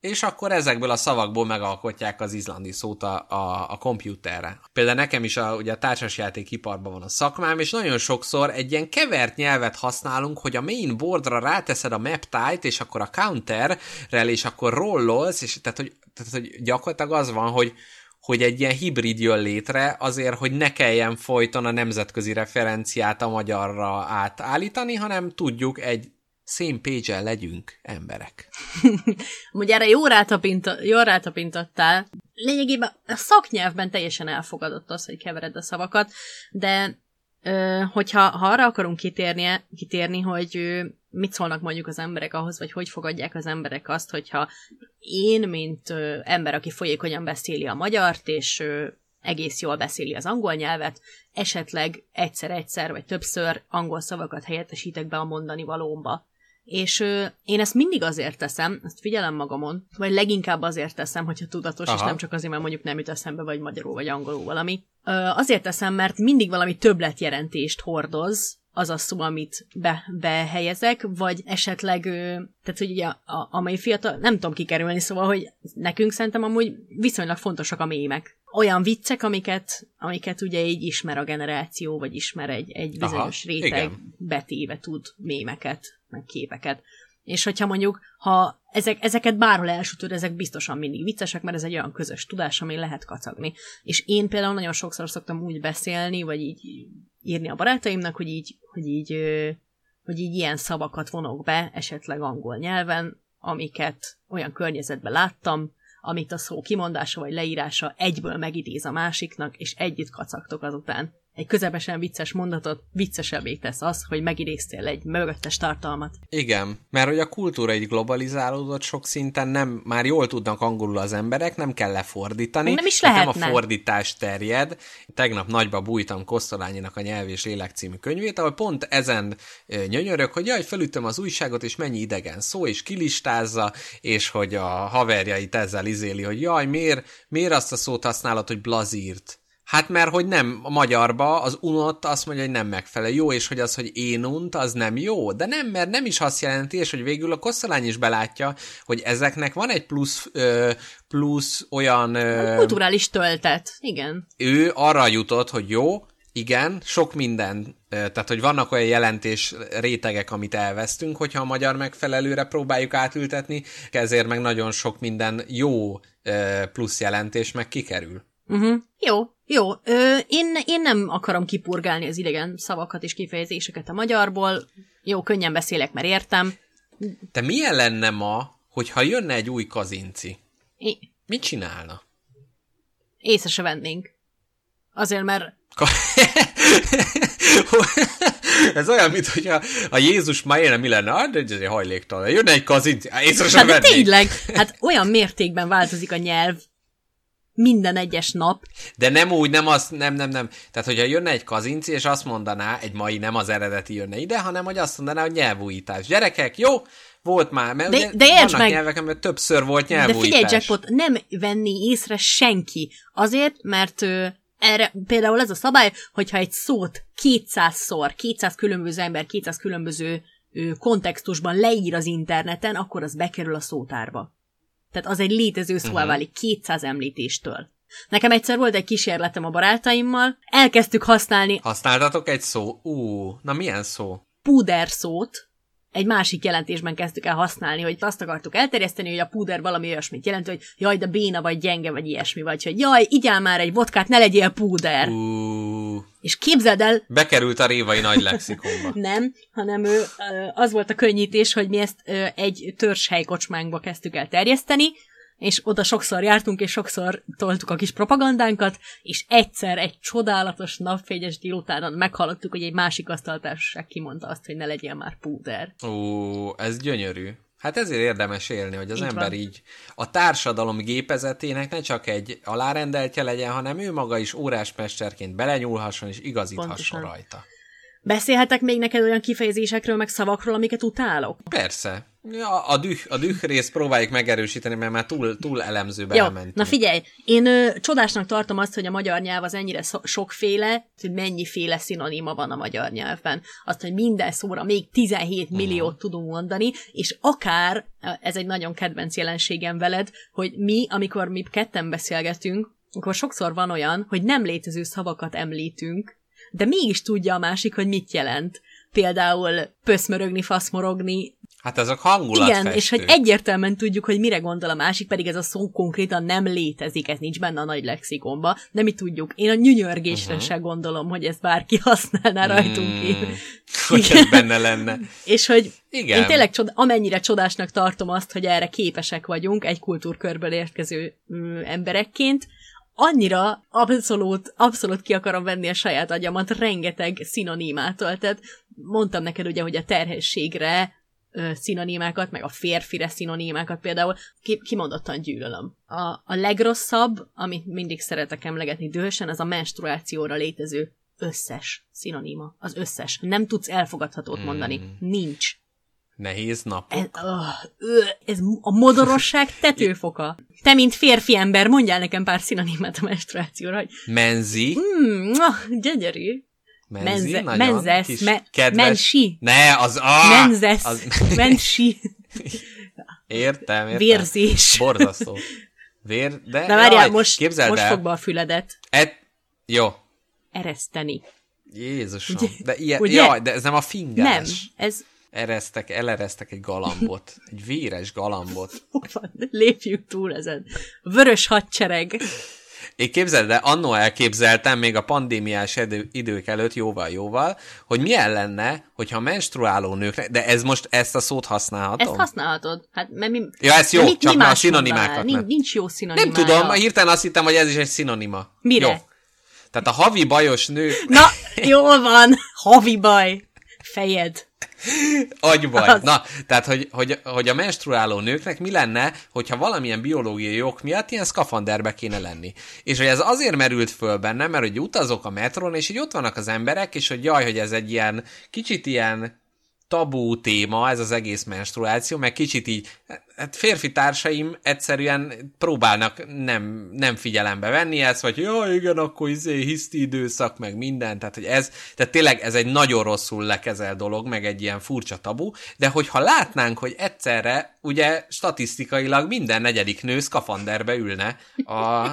és akkor ezekből a szavakból megalkotják az izlandi szót a, a, a kompjúterre. Például nekem is a, ugye a társasjátékiparban van a szakmám, és nagyon sokszor egy ilyen kevert nyelvet használunk, hogy a mainboardra ráteszed a map type-t, és akkor a counterrel, és akkor rollolsz, és tehát, hogy, tehát, hogy gyakorlatilag az van, hogy hogy egy ilyen hibrid jön létre azért, hogy ne kelljen folyton a nemzetközi referenciát a magyarra átállítani, hanem tudjuk egy same page-en legyünk emberek. Ugye erre jó, rátapintott, jól rátapintottál. Lényegében a szaknyelvben teljesen elfogadott az, hogy kevered a szavakat, de ö, hogyha ha arra akarunk kitérni, kitérni, hogy ö, mit szólnak mondjuk az emberek ahhoz, vagy hogy fogadják az emberek azt, hogyha én, mint ö, ember, aki folyékonyan beszéli a magyart, és ö, egész jól beszéli az angol nyelvet, esetleg egyszer-egyszer, vagy többször angol szavakat helyettesítek be a mondani valómba. És ö, én ezt mindig azért teszem, ezt figyelem magamon, vagy leginkább azért teszem, hogyha tudatos, Aha. és nem csak azért, mert mondjuk nem jut eszembe, vagy magyarul, vagy angolul valami. Ö, azért teszem, mert mindig valami többletjelentést hordoz az a szó, amit be, behelyezek, vagy esetleg, ö, tehát hogy ugye a, a, amely fiatal, nem tudom kikerülni, szóval, hogy nekünk szerintem amúgy viszonylag fontosak a mémek. Olyan viccek, amiket, amiket ugye így ismer a generáció, vagy ismer egy, egy bizonyos Aha, réteg, igen. betéve tud mémeket, meg képeket. És hogyha mondjuk, ha ezek, ezeket bárhol elsütöd, ezek biztosan mindig viccesek, mert ez egy olyan közös tudás, ami lehet kacagni. És én például nagyon sokszor szoktam úgy beszélni, vagy így írni a barátaimnak, hogy így, hogy így, hogy így ilyen szavakat vonok be, esetleg angol nyelven, amiket olyan környezetben láttam, amit a szó kimondása vagy leírása egyből megidéz a másiknak, és együtt kacagtok azután. Egy közepesen vicces mondatot viccesebbé tesz az, hogy megidéztél egy mögöttes tartalmat. Igen, mert hogy a kultúra így globalizálódott sok szinten, nem, már jól tudnak angolul az emberek, nem kell lefordítani. Nem is lehetne. Nem a fordítás terjed. Tegnap nagyba bújtam Kosztolányinak a Nyelv és Lélek című könyvét, ahol pont ezen nyönyörök, hogy jaj, felütöm az újságot, és mennyi idegen szó, és kilistázza, és hogy a haverjait ezzel izéli, hogy jaj, miért, miért azt a szót használod, hogy blazírt? Hát mert, hogy nem, a magyarba az unott azt mondja, hogy nem megfelelő. Jó, és hogy az, hogy én unt, az nem jó. De nem, mert nem is azt jelenti, és hogy végül a Kosztolány is belátja, hogy ezeknek van egy plusz, ö, plusz olyan... Ö, kulturális töltet, igen. Ő arra jutott, hogy jó, igen, sok minden, tehát hogy vannak olyan jelentés rétegek, amit elvesztünk, hogyha a magyar megfelelőre próbáljuk átültetni, ezért meg nagyon sok minden jó plusz jelentés meg kikerül. Uh-huh. Jó, jó. Ö, én, én nem akarom kipurgálni az idegen szavakat és kifejezéseket a magyarból. Jó, könnyen beszélek, mert értem. De milyen lenne ma, hogyha jönne egy új Kazinci? I... Mit csinálna? Észre se vennénk. Azért, mert... Ez olyan, mint hogyha a Jézus már élne, mi lenne? Hát, ez egy hajléktalan. Jönne egy Kazinci, észre se hát vennénk. Tényleg, hát olyan mértékben változik a nyelv, minden egyes nap. De nem úgy, nem az, nem, nem, nem. Tehát, hogyha jönne egy Kazinci, és azt mondaná, egy mai nem az eredeti jönne ide, hanem hogy azt mondaná, hogy nyelvújítás. Gyerekek, jó? Volt már, mert de, ugye de vannak meg, nyelvek, mert többször volt nyelvújítás. De figyelj, Jackpot, nem venni észre senki. Azért, mert ö, erre például ez a szabály, hogyha egy szót kétszázszor, kétszáz különböző ember, kétszáz különböző ö, kontextusban leír az interneten, akkor az bekerül a szótárba. Tehát az egy létező szóvá uh-huh. válik kétszáz említéstől. Nekem egyszer volt egy kísérletem a barátaimmal, elkezdtük használni... Használtatok egy szó? Ú, na milyen szó? Púder szót. Egy másik jelentésben kezdtük el használni, hogy azt akartuk elterjeszteni, hogy a púder valami olyasmit jelent, hogy jaj, de béna vagy gyenge, vagy ilyesmi, vagy hogy jaj, igyál már egy vodkát, ne legyél púder. Uh, És képzeld el... Bekerült a révai nagy lexikonba. Nem, hanem ő, az volt a könnyítés, hogy mi ezt egy törzshelykocsmánkba kezdtük el terjeszteni, és oda sokszor jártunk, és sokszor toltuk a kis propagandánkat, és egyszer egy csodálatos napfényes délutánon meghallottuk, hogy egy másik asztaltársaság kimondta azt, hogy ne legyél már púder. Ó, ez gyönyörű. Hát ezért érdemes élni, hogy az így ember van. így a társadalom gépezetének ne csak egy alárendeltje legyen, hanem ő maga is órásmesterként belenyúlhasson és igazíthasson Pontosan. rajta. Beszélhetek még neked olyan kifejezésekről, meg szavakról, amiket utálok? Persze. Ja, a düh, a düh részt próbáljuk megerősíteni, mert már túl, túl elemzőbe Jó, elmentünk. na figyelj, én ö, csodásnak tartom azt, hogy a magyar nyelv az ennyire so- sokféle, hogy mennyiféle szinoníma van a magyar nyelvben. Azt, hogy minden szóra még tizenhét milliót uh-huh. tudunk mondani, és akár, ez egy nagyon kedvenc jelenségem veled, hogy mi, amikor mi ketten beszélgetünk, akkor sokszor van olyan, hogy nem létező szavakat említünk, de mégis tudja a másik, hogy mit jelent. Például pöszmörögni, faszmorogni. Hát ezek hangulatfestő. Igen, és hogy egyértelműen tudjuk, hogy mire gondol a másik, pedig ez a szó konkrétan nem létezik, ez nincs benne a nagy lexikonba, de mi tudjuk. Én a nyünyörgésre uh-huh. se gondolom, hogy ezt bárki használná rajtunk mm, ki. Hogy ez benne lenne. És hogy igen. Én tényleg csoda, amennyire csodásnak tartom azt, hogy erre képesek vagyunk egy kultúrkörből érkező mm, emberekként, annyira abszolút, abszolút ki akarom venni a saját agyamat rengeteg szinonimától. Tehát mondtam neked ugye, hogy a terhességre ö, szinonimákat, meg a férfire szinonimákat például ki, kimondottan gyűlölöm. A, a legrosszabb, amit mindig szeretek emlegetni dühösen, az a menstruációra létező összes szinonima. Az összes. Nem tudsz elfogadhatót mondani. Mm. Nincs. Nehéz napok. Ez, uh, ez a modorosság tetőfoka. Te, mint férfi ember, mondjál nekem pár szinonimát a menstruációra, hogy... Menzi. Mm, gyönyörű. Menzi, Menze, nagyon menzesz, kis me, kedves. Mensi. Ne, az... Ah, menzesz, az... mensi. Értem, értem. Vérzés. Borzasztó. Vér, de... Na várjál, jaj, most, most el. fog be a füledet. Et... Jó. Ereszteni. Jézusom. Ugye? De ilyen... Ugye? Jaj, de ez nem a fingás. Nem, ez... Eresztek, eleresztek egy galambot. Egy véres galambot. Lépjük túl ezen. Vörös hadsereg. Én képzeld, de annó elképzeltem még a pandémiás idő, idők előtt jóval-jóval, hogy milyen lenne, hogyha menstruáló nőknek, de ez most ezt a szót használhatom? Ezt használhatod. Hát, mert mi, ja, ez jó, mit, csak mi már a más szinonimákat mondanál? nem. Nincs, nincs jó szinonimája. Nem tudom, hirtelen azt hittem, hogy ez is egy szinonima. Mire? Jó. Tehát a havi bajos nő... Na, jól van, havi baj. Fejed. Agybaj. Az. Na, tehát, hogy, hogy, hogy a menstruáló nőknek mi lenne, hogyha valamilyen biológiai ok miatt ilyen szkafanderbe kéne lenni. És hogy ez azért merült föl bennem, mert hogy utazok a metron, és így ott vannak az emberek, és hogy jaj, hogy ez egy ilyen, kicsit ilyen tabú téma, ez az egész menstruáció, meg kicsit így, hát férfi társaim egyszerűen próbálnak nem, nem figyelembe venni ezt, vagy ja, igen, akkor izé, hiszti időszak, meg minden, tehát hogy ez, tehát tényleg ez egy nagyon rosszul lekezelt dolog, meg egy ilyen furcsa tabu, de hogyha látnánk, hogy egyszerre, ugye statisztikailag minden negyedik nő szkafanderbe ülne a,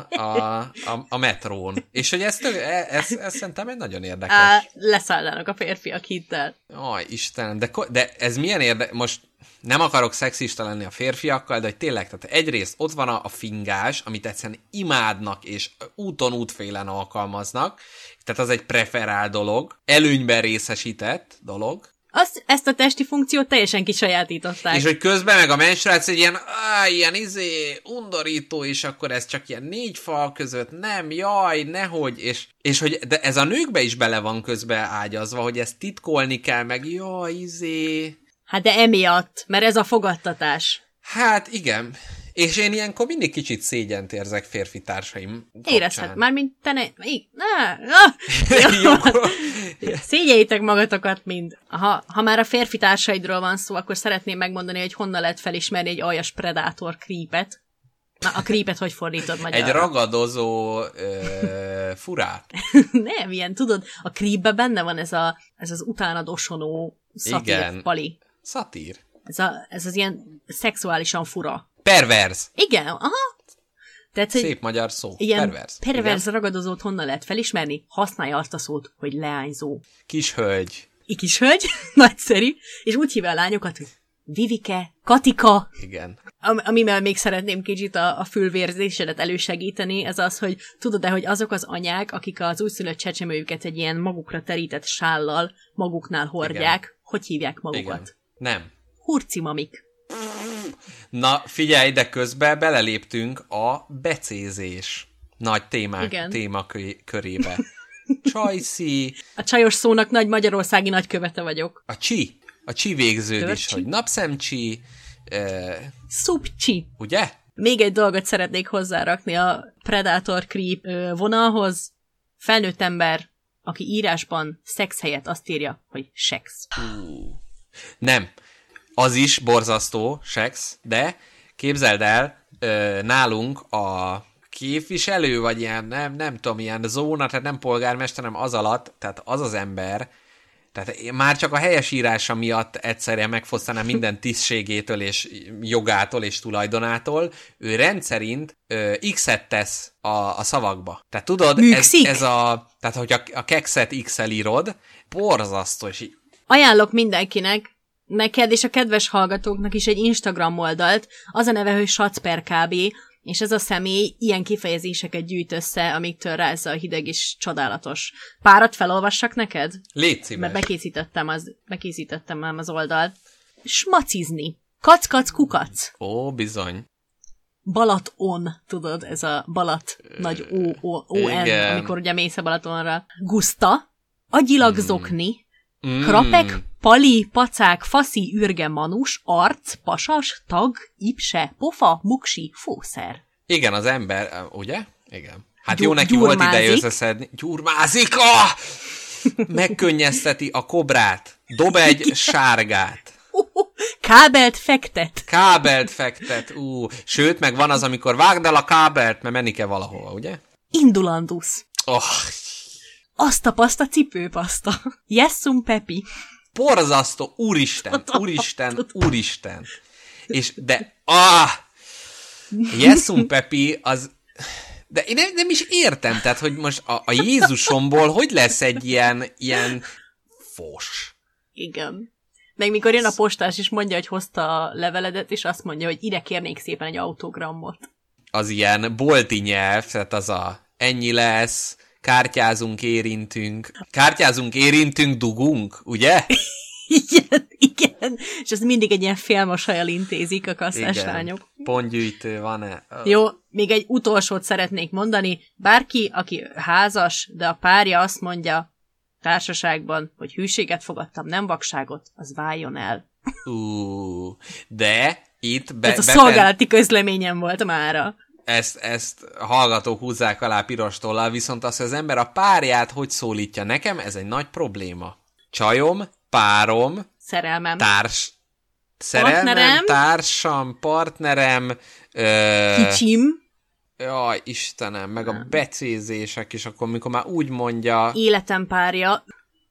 a, a, a metrón, és hogy ez, tök, ez, ez szerintem egy nagyon érdekes. Á, leszállnának a férfiak hittel. Aj, Istenem, de, de ez milyen érdekes, most nem akarok szexista lenni a férfiakkal, de hogy tényleg, tehát egyrészt ott van a, a fingás, amit egyszerűen imádnak, és úton útfélen alkalmaznak, tehát az egy preferál dolog, előnyben részesített dolog. Azt, ezt a testi funkciót teljesen kisajátították. És hogy közben meg a menstruáció egy ilyen, á, ilyen izé, undorító, és akkor ez csak ilyen négy fal között, nem, jaj, nehogy, és, és hogy de ez a nőkbe is bele van közben ágyazva, hogy ezt titkolni kell, meg jaj, izé... Hát de emiatt, mert ez a fogadtatás. Hát igen. És én ilyenkor mindig kicsit szégyent érzek férfi társaim kapcsán. Érezhet, mármint te ne... Na, na. Szégyeljétek magatokat mind. Ha, ha már a férfi társaidról van szó, akkor szeretném megmondani, hogy honnan lehet felismerni egy aljas predátor creepet. Na, a creepet hogy fordítod magyarra? Egy ragadozó ö, furát. Nem, ilyen, tudod, a creepbe benne van ez, a, ez az utánadosonó szatír igen. pali. Szatír. Ez, a, ez az ilyen szexuálisan fura. Perverz. Igen, aha. Tehát, szép magyar szó. Ilyen perverz. perverz igen. ragadozót honnan lehet felismerni? Használja azt a szót, hogy leányzó. Kis hölgy. I kis hölgy, nagyszerű, és úgy hívja a lányokat, hogy Vivike, Katika. Igen. Am- amivel még szeretném kicsit a, a fülvérzésedet elősegíteni, ez az, hogy tudod-e, hogy azok az anyák, akik az újszülött csecsemőjüket egy ilyen magukra terített sállal maguknál hordják, igen. Hogy hívják magukat? Igen. Nem. Hurcimamik. Na, figyelj, de közben beleléptünk a becézés nagy témák, témakörébe. Csajszi. A csajos szónak nagy magyarországi nagykövete vagyok. A csi. A csi végződés, Törcsi. hogy napszemcsi. Uh, Szupcsi. Ugye? Még egy dolgot szeretnék hozzárakni a Predator Creep vonalhoz. Felnőtt ember, aki írásban szex helyett azt írja, hogy sex. Uh, nem. az is borzasztó sex, de képzeld el, nálunk a képviselő, vagy ilyen, nem, nem tudom, ilyen zóna, tehát nem polgármester, hanem az alatt, tehát az az ember, tehát már csak a helyesírása miatt egyszerűen megfosztaná minden tisztségétől és jogától és tulajdonától, ő rendszerint ö, X-et tesz a, a szavakba. Tehát tudod, ez, ez a, tehát hogy a, a kekszet X-el írod, borzasztó, és így... Ajánlok mindenkinek, neked és a kedves hallgatóknak is egy Instagram oldalt, az a neve, hogy Sacper kb., és ez a személy ilyen kifejezéseket gyűjt össze, amiktől rázza a hideg és csodálatos. Párat felolvassak neked? Légy szíves. Mert bekészítettem, az, bekészítettem már az oldalt. Smacizni. Kac-kac kukac. Ó, bizony. Balaton, tudod, ez a Balat nagy O, O, O, N, amikor ugye mész a Balatonra. Guszta. Agyilag zokni. Mm. Krapek, pali, pacák, faszi, ürge, manus, arc, pasas, tag, ipse, pofa, muksi, fószer. Igen, az ember, ugye? Igen. Hát Gyur, jó neki gyurmázik. volt ideje összeszedni. Gyurmázik! Ah! Megkönnyezteti a kobrát. Dob egy sárgát. Kábelt fektet. Kábelt fektet. Ú. Sőt, meg van az, amikor vágd el a kábelt, mert menni kell valahova, ugye? Indulandusz. Oh. Azt a paszta, cipőpaszta. Jessum Pepi. Borzasztó, úristen, úristen, úristen. És de, ah! Jessum Pepi, az... De én nem, nem is értem, tehát, hogy most a, a Jézusomból hogy lesz egy ilyen, ilyen fos? Igen. Meg mikor jön a postás, és mondja, hogy hozta a leveledet, és azt mondja, hogy ide kérnék szépen egy autogramot. Az ilyen bolti nyelv, tehát az a ennyi lesz, kártyázunk, érintünk. Kártyázunk, érintünk, dugunk, ugye? Igen, igen. És azt mindig egy ilyen félmosajjal intézik a kasszás igen. lányok. Pontgyűjtő van-e? Oh. Jó, még egy utolsót szeretnék mondani. Bárki, aki házas, de a párja azt mondja társaságban, hogy hűséget fogadtam, nem vakságot, az váljon el. Uh, de itt... Be, Ez a bepen... szolgálati közleményem volt mára. Ezt, ezt a hallgatók húzzák alá piros tollal, viszont az, hogy az ember a párját hogy szólítja nekem, ez egy nagy probléma. Csajom, párom, szerelmem, társ, szerelmem, partnerem, társam, partnerem, ö... kicsim, jaj, Istenem, meg a becézések is, akkor mikor már úgy mondja, életem párja,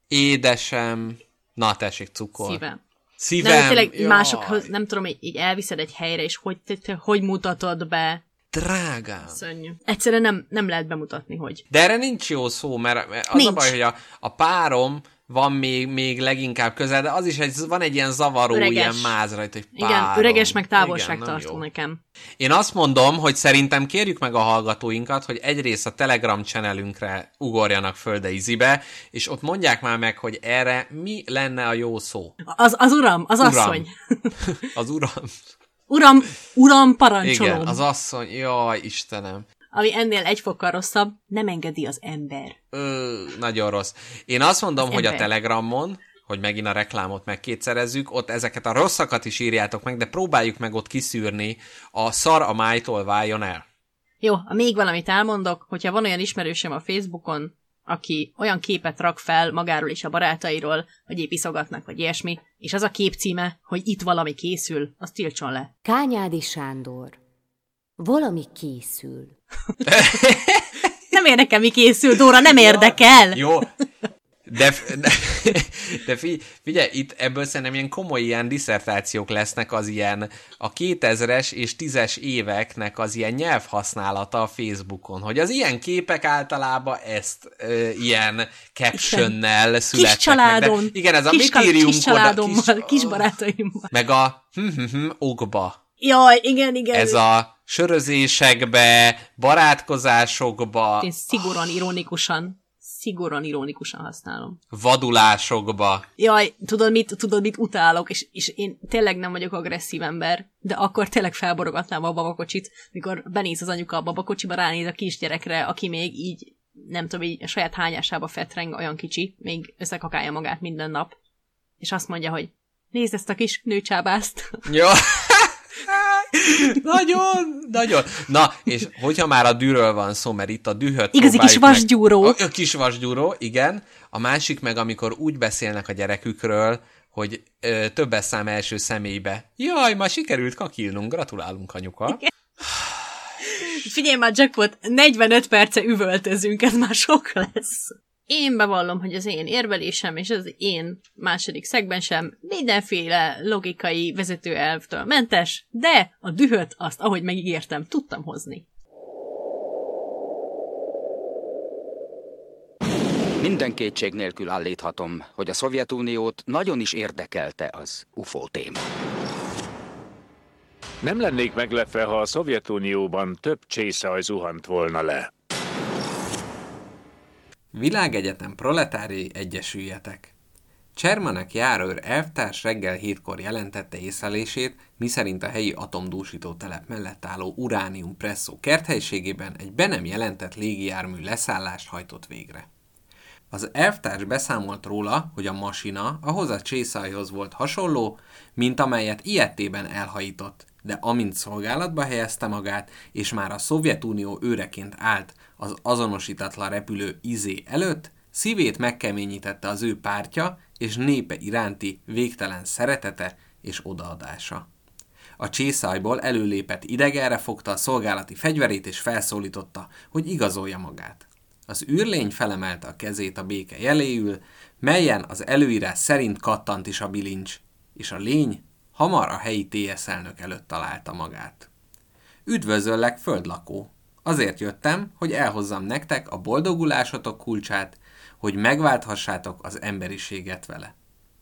édesem, na tessék, cukor. Szívem. Szívem. Nem, tényleg jaj. Másokhoz, nem tudom, hogy így elviszed egy helyre, és hogy, te, te, hogy mutatod be. Drágám. Szörnyű. Egyszerűen nem, nem lehet bemutatni, hogy. De erre nincs jó szó, mert az nincs. A baj, hogy a, a párom van még, még leginkább közel, de az is egy, van egy ilyen zavaró, öreges. Ilyen máz rajta, hogy párom. Igen, öreges meg távolságtartó nekem. Én azt mondom, hogy szerintem kérjük meg a hallgatóinkat, hogy egyrészt a Telegram channelünkre ugorjanak föl de izibe, és ott mondják már meg, hogy erre mi lenne a jó szó. Az, az uram, az uram. Asszony. Az uram. Uram, uram, parancsolom. Igen, az asszony, jaj, Istenem. Ami ennél egy fokkal rosszabb, nem engedi az ember. Ö, nagyon rossz. Én azt mondom, az hogy ember. A Telegramon, hogy megint a reklámot megkétszerezzük, ott ezeket a rosszakat is írjátok meg, de próbáljuk meg ott kiszűrni a szar a májtól váljon el. Jó, még valamit elmondok, hogyha van olyan ismerősöm a Facebookon, aki olyan képet rak fel magáról és a barátairól, hogy épp iszogatnak, vagy ilyesmi, és az a kép címe, hogy itt valami készül, azt tiltson le. Kányádi Sándor. Valami készül. Nem érdekel, mi készül, Dóra, nem érdekel! Jó, de, de, de figyelj, itt ebből szerintem ilyen komoly ilyen diszertációk lesznek az ilyen a kétezres és tízes éveknek az ilyen nyelvhasználata a Facebookon, hogy az ilyen képek általában ezt ö, ilyen captionnel születtek kis családon, meg. De igen, ez a kis, mit írjunk kis családommal, oda, kis, kis barátaimmal. Meg a hm, hm, hm, okba. Jaj, igen, igen. Ez a sörözésekbe, barátkozásokba. Én szigorúan, ironikusan, szigorúan, ironikusan használom. Vadulásokba. Jaj, tudod mit, tudod mit utálok, és, és én tényleg nem vagyok agresszív ember, de akkor tényleg felborogatnám a babakocsit, mikor benéz az anyuka a babakocsiba, ránéz a kisgyerekre, aki még így, nem tudom, így a saját hányásába fetreng, olyan kicsi, még összekakálja magát minden nap, és azt mondja, hogy nézd ezt a kis nőcsábászt. Jó. Nagyon, nagyon. Na, és hogyha már a dűről van szó, mert itt a dühöt igazi kis vasgyúró. Meg... A, a kis vasgyúró, igen. A másik meg, amikor úgy beszélnek a gyerekükről, hogy ö, többes szám első személybe. Jaj, már sikerült kakilnunk, gratulálunk, anyuka. Igen. Figyelj már, Jackpot, negyvenöt perce üvöltözünk, ez már sok lesz. Én bevallom, hogy az én érvelésem és az én második szegmensem mindenféle logikai vezetőelvtől mentes, de a dühöt azt, ahogy megígértem, tudtam hozni. Minden kétség nélkül állíthatom, hogy a Szovjetuniót nagyon is érdekelte az u f o téma. Nem lennék meglepve, ha a Szovjetunióban több csészaj zuhant volna le. Világegyetem proletáriai, egyesüljetek! Csermanek Járőr elvtárs reggel hétkor jelentette észlelését, miszerint a helyi atomdúsító telep mellett álló Uránium Presszó kerthelyiségében egy be nem jelentett légijármű leszállást hajtott végre. Az elvtárs beszámolt róla, hogy a masina ahhoz a csészajhoz volt hasonló, mint amelyet ilyettében elhajított, de amint szolgálatba helyezte magát, és már a Szovjetunió őreként állt az azonosítatlan repülő izé előtt, szívét megkeményítette az ő pártja és népe iránti végtelen szeretete és odaadása. A csészajból előlépett idegenre fogta a szolgálati fegyverét és felszólította, hogy igazolja magát. Az űrlény felemelte a kezét a béke jeléül, melyen az előírás szerint kattant is a bilincs, és a lény hamar a helyi té es elnök előtt találta magát. Üdvözöllek, földlakó! Azért jöttem, hogy elhozzam nektek a boldogulásotok kulcsát, hogy megválthassátok az emberiséget vele.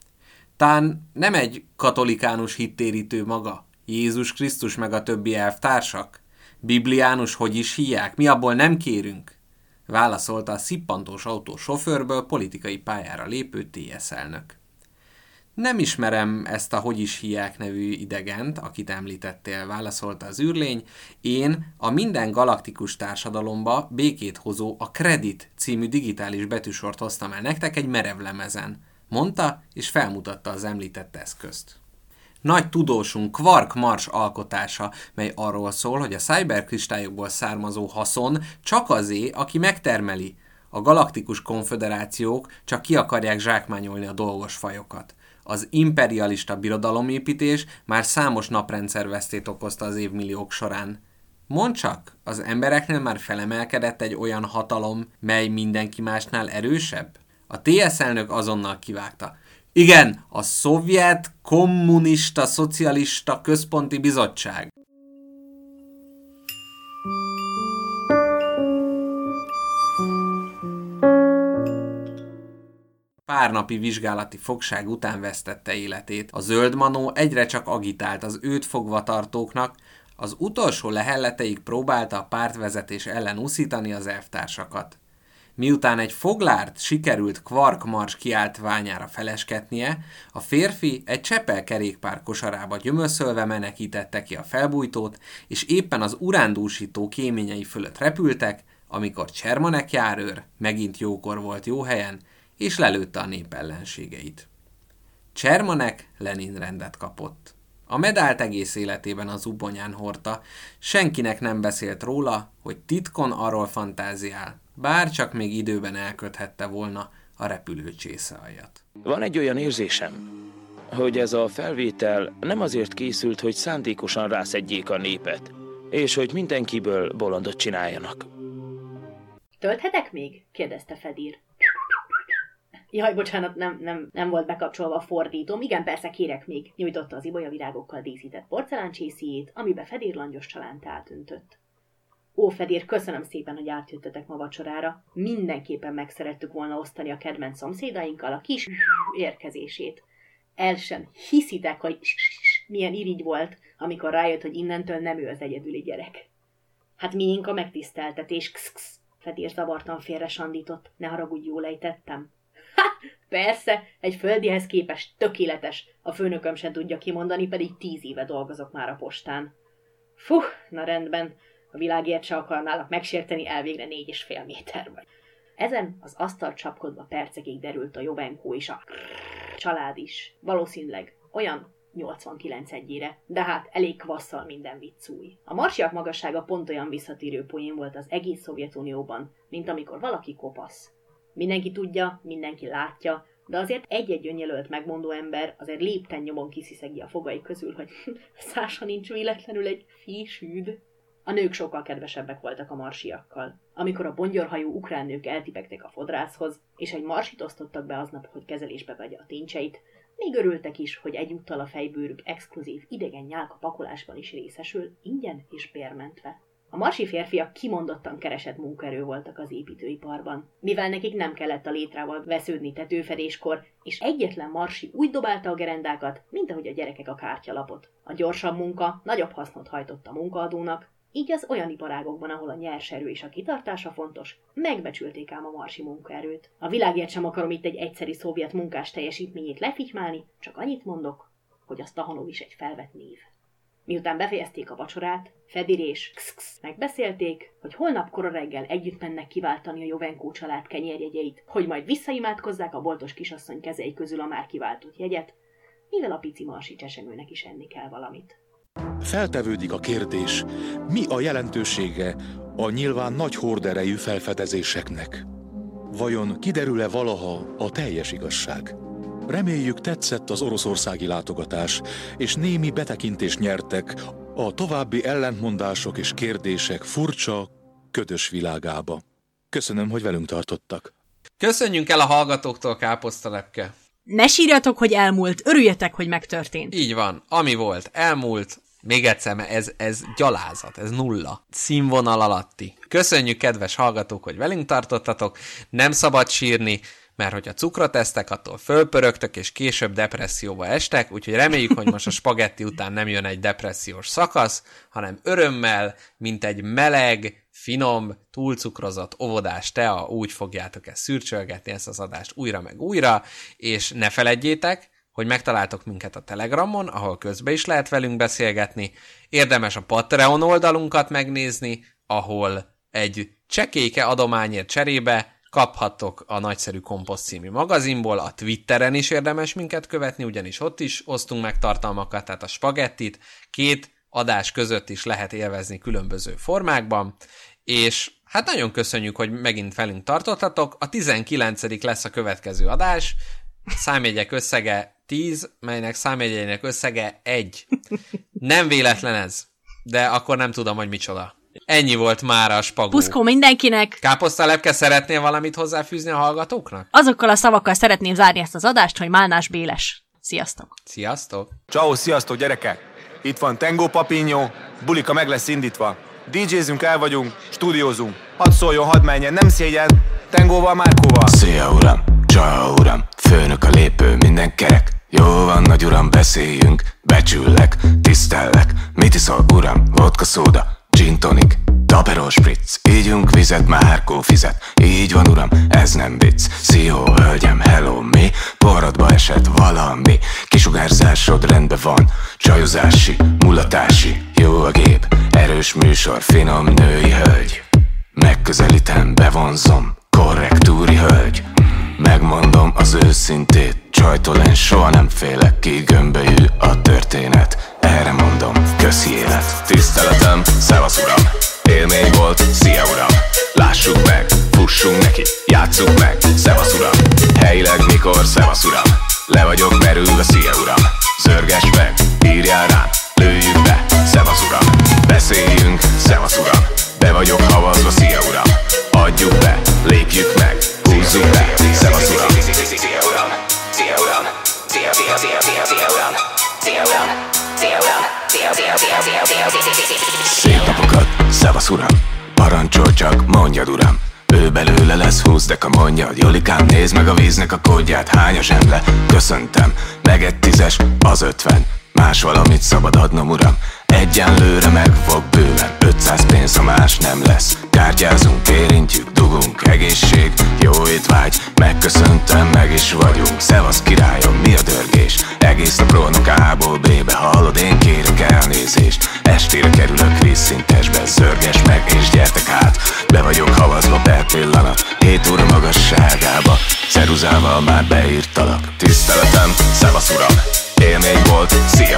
Tán nem egy katolikánus hittérítő maga, Jézus Krisztus meg a többi elvtársak? Bibliánus hogy is hívják, mi abból nem kérünk? Válaszolta a szippantós autó sofőrből politikai pályára lépő té es elnök. Nem ismerem ezt a hogy is hívják nevű idegent, akit említettél, válaszolta az űrlény. Én a minden galaktikus társadalomba békét hozó a Kredit című digitális betűsort hoztam el nektek egy merevlemezen, mondta, és felmutatta az említett eszközt. Nagy tudósunk Quark Mars alkotása, mely arról szól, hogy a cyberkristályokból származó haszon csak azé, aki megtermeli. A galaktikus konföderációk csak ki akarják zsákmányolni a dolgos fajokat. Az imperialista birodalomépítés már számos naprendszervesztét okozta az évmilliók során. Mondd csak, az embereknél már felemelkedett egy olyan hatalom, mely mindenki másnál erősebb? A té es elnök azonnal kivágta. Igen, a Szovjet Kommunista Szocialista Központi Bizottság. Pár napi vizsgálati fogság után vesztette életét. A zöld manó egyre csak agitált az őt fogvatartóknak, az utolsó lehelleteig próbálta a pártvezetés ellen uszítani az elvtársakat. Miután egy foglárt sikerült Quark Mars kiáltványára felesketnie, a férfi egy Csepel kerékpár kosarába gyömöszölve menekítette ki a felbújtót, és éppen az urándúsító kéményei fölött repültek, amikor Csermanek Járőr megint jókor volt jó helyen, és lelőtte a nép ellenségeit. Csermanek Lenin rendet kapott. A medált egész életében az ubonyán hordta, senkinek nem beszélt róla, hogy titkon arról fantáziál, bár csak még időben elköthette volna a repülő csészealjat. Van egy olyan érzésem, hogy ez a felvétel nem azért készült, hogy szándékosan rászedjék a népet, és hogy mindenkiből bolondot csináljanak. Tölthetek még? Kérdezte Fedír. Jaj, bocsánat, nem, nem, nem volt bekapcsolva a fordítóm. Igen, persze, kérek még. Nyújtotta az ibolyavirágokkal díszített porceláncsészéjét, amibe Fedír langyos csalánt átüntött. Ó, Fedír, köszönöm szépen, hogy átjöttetek ma vacsorára. Mindenképpen meg szerettük volna osztani a kedvenc szomszédainkkal a kis érkezését. El sem hiszitek, hogy milyen irigy volt, amikor rájött, hogy innentől nem ő az egyedüli gyerek. Hát miénk a megtiszteltetés, ksz-ksz. Fedír zavartan félre sandított. Ne haragudj, jól ejtettem. Ha, persze, egy földihez képest tökéletes, a főnököm sem tudja kimondani, pedig tíz éve dolgozok már a postán. Fuh, na rendben, a világért se akarnálak megsérteni, elvégre négy és fél méter vagy. Ezen az asztal csapkodva percekig derült a Jovenkó és a család is. Valószínűleg olyan, nyolcvankilenc egyére, de hát elég kvasszal minden viccúj. A marsiak magassága pont olyan visszatérő poén volt az egész Szovjetunióban, mint amikor valaki kopasz. Mindenki tudja, mindenki látja, de azért egy-egy önjelölt megmondó ember azért lépten nyomon kisziszegi a fogai közül, hogy szása nincs véletlenül egy fésűd. A nők sokkal kedvesebbek voltak a marsiakkal. Amikor a bongyorhajú ukrán nők eltipegtek a fodrászhoz, és egy marsit osztottak be aznap, hogy kezelésbe vegye a tincseit, még örültek is, hogy egyúttal a fejbőrük exkluzív idegen nyálka pakolásban is részesül, ingyen és bérmentve. A marsi férfiak kimondottan keresett munkaerő voltak az építőiparban, mivel nekik nem kellett a létrával vesződni tetőfedéskor, és egyetlen marsi úgy dobálta a gerendákat, mint ahogy a gyerekek a kártyalapot. A gyorsabb munka nagyobb hasznot hajtott a munkaadónak, így az olyan iparágokban, ahol a nyerserő és a kitartása fontos, megbecsülték ám a marsi munkaerőt. A világért sem akarom itt egy egyszeri szovjet munkás teljesítményét lefitymálni, csak annyit mondok, hogy a Stahanov is egy felvett név. Miután befejezték a vacsorát, Fedir és Ksz-Ksz megbeszélték, hogy holnap kora reggel együtt mennek kiváltani a Jovenkó család kenyérjegyeit, hogy majd visszaimádkozzák a boltos kisasszony kezei közül a már kiváltott jegyet, mivel a pici marsi csesemőnek is enni kell valamit. Feltevődik a kérdés, mi a jelentősége a nyilván nagy horderejű felfedezéseknek? Vajon kiderül-e valaha a teljes igazság? Reméljük, tetszett az oroszországi látogatás, és némi betekintést nyertek a további ellentmondások és kérdések furcsa, ködös világába. Köszönöm, hogy velünk tartottak. Köszönjünk el a hallgatóktól, káposztalepke. Ne sírjatok, hogy elmúlt, örüljetek, hogy megtörtént. Így van, ami volt, elmúlt. Még egyszer, mert ez, ez gyalázat, ez nulla. Színvonal alatti. Köszönjük, kedves hallgatók, hogy velünk tartottatok. Nem szabad sírni, mert hogyha cukrot esztek, attól fölpörögtök, és később depresszióba estek, úgyhogy reméljük, hogy most a spagetti után nem jön egy depressziós szakasz, hanem örömmel, mint egy meleg, finom, túlcukrozott óvodás tea, úgy fogjátok ezt szürcsölgetni, ezt az adást újra meg újra, és ne feledjétek, hogy megtaláltok minket a Telegramon, ahol közben is lehet velünk beszélgetni. Érdemes a Patreon oldalunkat megnézni, ahol egy csekélyke adományért cserébe kaphattok a Nagyszerű Komposzt című magazinból, a Twitteren is érdemes minket követni, ugyanis ott is osztunk meg tartalmakat, tehát a spagettit két adás között is lehet élvezni különböző formákban, és hát nagyon köszönjük, hogy megint velünk tartottatok. A tizenkilencedik lesz a következő adás, számjegyek összege tíz, melynek számjegyeinek összege egy. Nem véletlen ez, de akkor nem tudom, hogy micsoda. Ennyi volt már a spagó. Puszkó mindenkinek. Káposztalepke, szeretnél valamit hozzáfűzni a hallgatóknak? Azokkal a szavakkal szeretném zárni ezt az adást, hogy Málnás Béles. Sziasztok. Sziasztok. Ciao, sziasztok gyerekek. Itt van Tango Papinho, bulika meg lesz indítva. dé jézünk, el vagyunk, stúdiózunk. Hadd szóljon, hadd menjen, nem szégyen. Tangóval, Márkóval. Szia uram, ciao uram, főnök a lépő, minden kerek. Jó van, nagy uram, beszéljünk, becsüllek, tisztellek. Mit iszol, uram, vodka szóda, gin tonic, Aperol spritz, ígyunk vizet, Márkó fizet. Így van uram, ez nem vicc. Szia hölgyem, hello mi, porradba esett valami. Kisugárzásod rendben van, csajozási, mulatási. Jó a gép, erős műsor, finom női hölgy. Megközelítem, bevonzom, korrekt úri hölgy. Megmondom az őszintét, csajtól én soha nem félek, ki gömbölyű a történet. Erre mondom, köszi élet. Tiszteletem, szevasz uram, élmény volt, szia uram. Lássuk meg, fussunk neki, játsszuk meg, szevasz uram. Helyileg mikor, szevasz uram, le vagyok merülve, szia uram. Zörges meg, írjál rám, lőjük be, szevasz uram. Beszéljünk, szevasz uram, be vagyok havazva, szia uram. Adjuk be, lépjük meg, húzzuk be, szevasz uram. Szia uram, szia uram, szia, szia, szia, szia, szia uram, szia uram, szia uram, szia, szia, szia, szia, szia, szia, szia. Szép napokat, szevasz uram, parancsolj csak, mondjad uram. Ő belőle lesz, húzd a mondjad. Jolikám, nézd meg a víznek a kódját, hányas emle, köszöntem. Meg egy tízes, az ötven, más valamit szabad adnom uram. Egyenlőre megfog bőven, ötszáz pénz, ha más nem lesz. Kártyázunk, érintjük, dugunk, egészség, jó étvágy. Megköszöntem, meg is vagyunk, szevasz királyom, mi a dörgés? Egész nap rohanok A-ból B-be, hallod, én kérek elnézést. Estére kerülök vízszintesbe, zörges meg és gyertek át. Be vagyok havazva per pillanat, hét óra magasságába. Ceruzával már beírtalak, tiszteletem, szevasz uram. Élmény volt, szia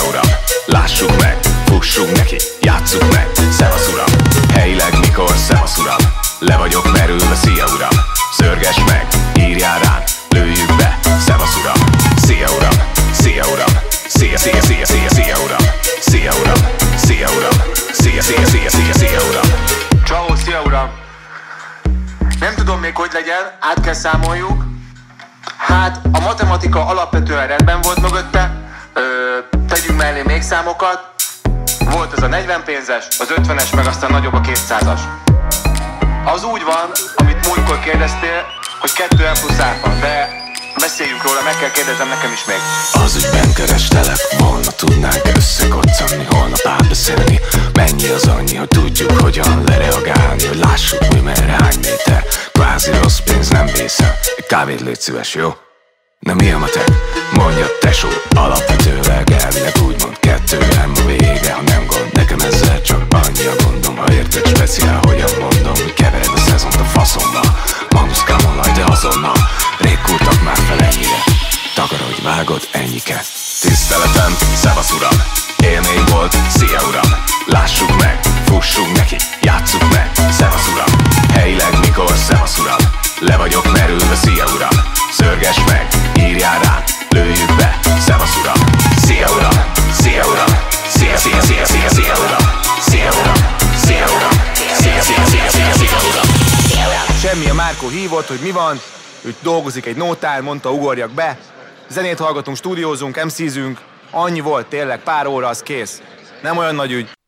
neki, játsszuk meg, szevasz uram. Helyileg mikor, szevasz uram. Le vagyok merülve, szia uram. Szörges meg, írjál rám, lőjük be, szevasz uram. Szia uram, szia uram. Szia, szia, szia, szia, szia uram. Szia uram, szia uram. Szia, szia, szia, szia, szia uram. Ciao, szia uram. Nem tudom még, hogy legyen, át kell számoljuk. Hát, a matematika alapvetően rendben volt mögötte. Ö, tegyünk mellé még számokat. Volt az a negyven pénzes, az ötvenes, meg aztán nagyobb a kétszázas. Az úgy van, amit múltkor kérdeztél, hogy kettő M plusz át van, de beszéljünk róla, meg kell kérdezem nekem is még. Az ügyben kerestelek volna, tudnánk összekoccanni, holnap átbeszélni. Mennyi az annyi, hogy tudjuk hogyan lereagálni, hogy lássuk mi merre, hány méter. Kvázi rossz pénz, nem vészel. Egy kávét légy szíves, jó? Nem mi a matek? Mondja tesó, alapvetőleg elvileg úgymond kettő M a vége, ha nem gond. Nekem ezzel csak annyi a gondom, ha érted speciál, hogyan mondom, hogy kevered a szezont a faszommal. Manuszkálom olaj, de azonnal rég kurtak már fel ennyire. Takarodj, vágod, ennyike. Tiszteletem, szevasz uram. Élmény volt, szia uram. Lássuk meg, fussunk neki, játsszuk meg, szevasz uram. Helyileg mikor, szevasz uram. Le vagyok merülve, szia uram. Szörges meg, írjál rám, lőjük be, szevasz uram. Szia uram, szia uram. Szia, szia, szia, szia, szia uram. Szia uram, szia uram. Szia, szia, szia, szia, szia uram. Semmi, a Márkó hívott, hogy mi van. Ő dolgozik egy nótár, mondta, ugorjak be. Zenét hallgatunk, stúdiózunk, em cézünk. Annyi volt tényleg, pár óra, az kész. Nem olyan nagy ügy.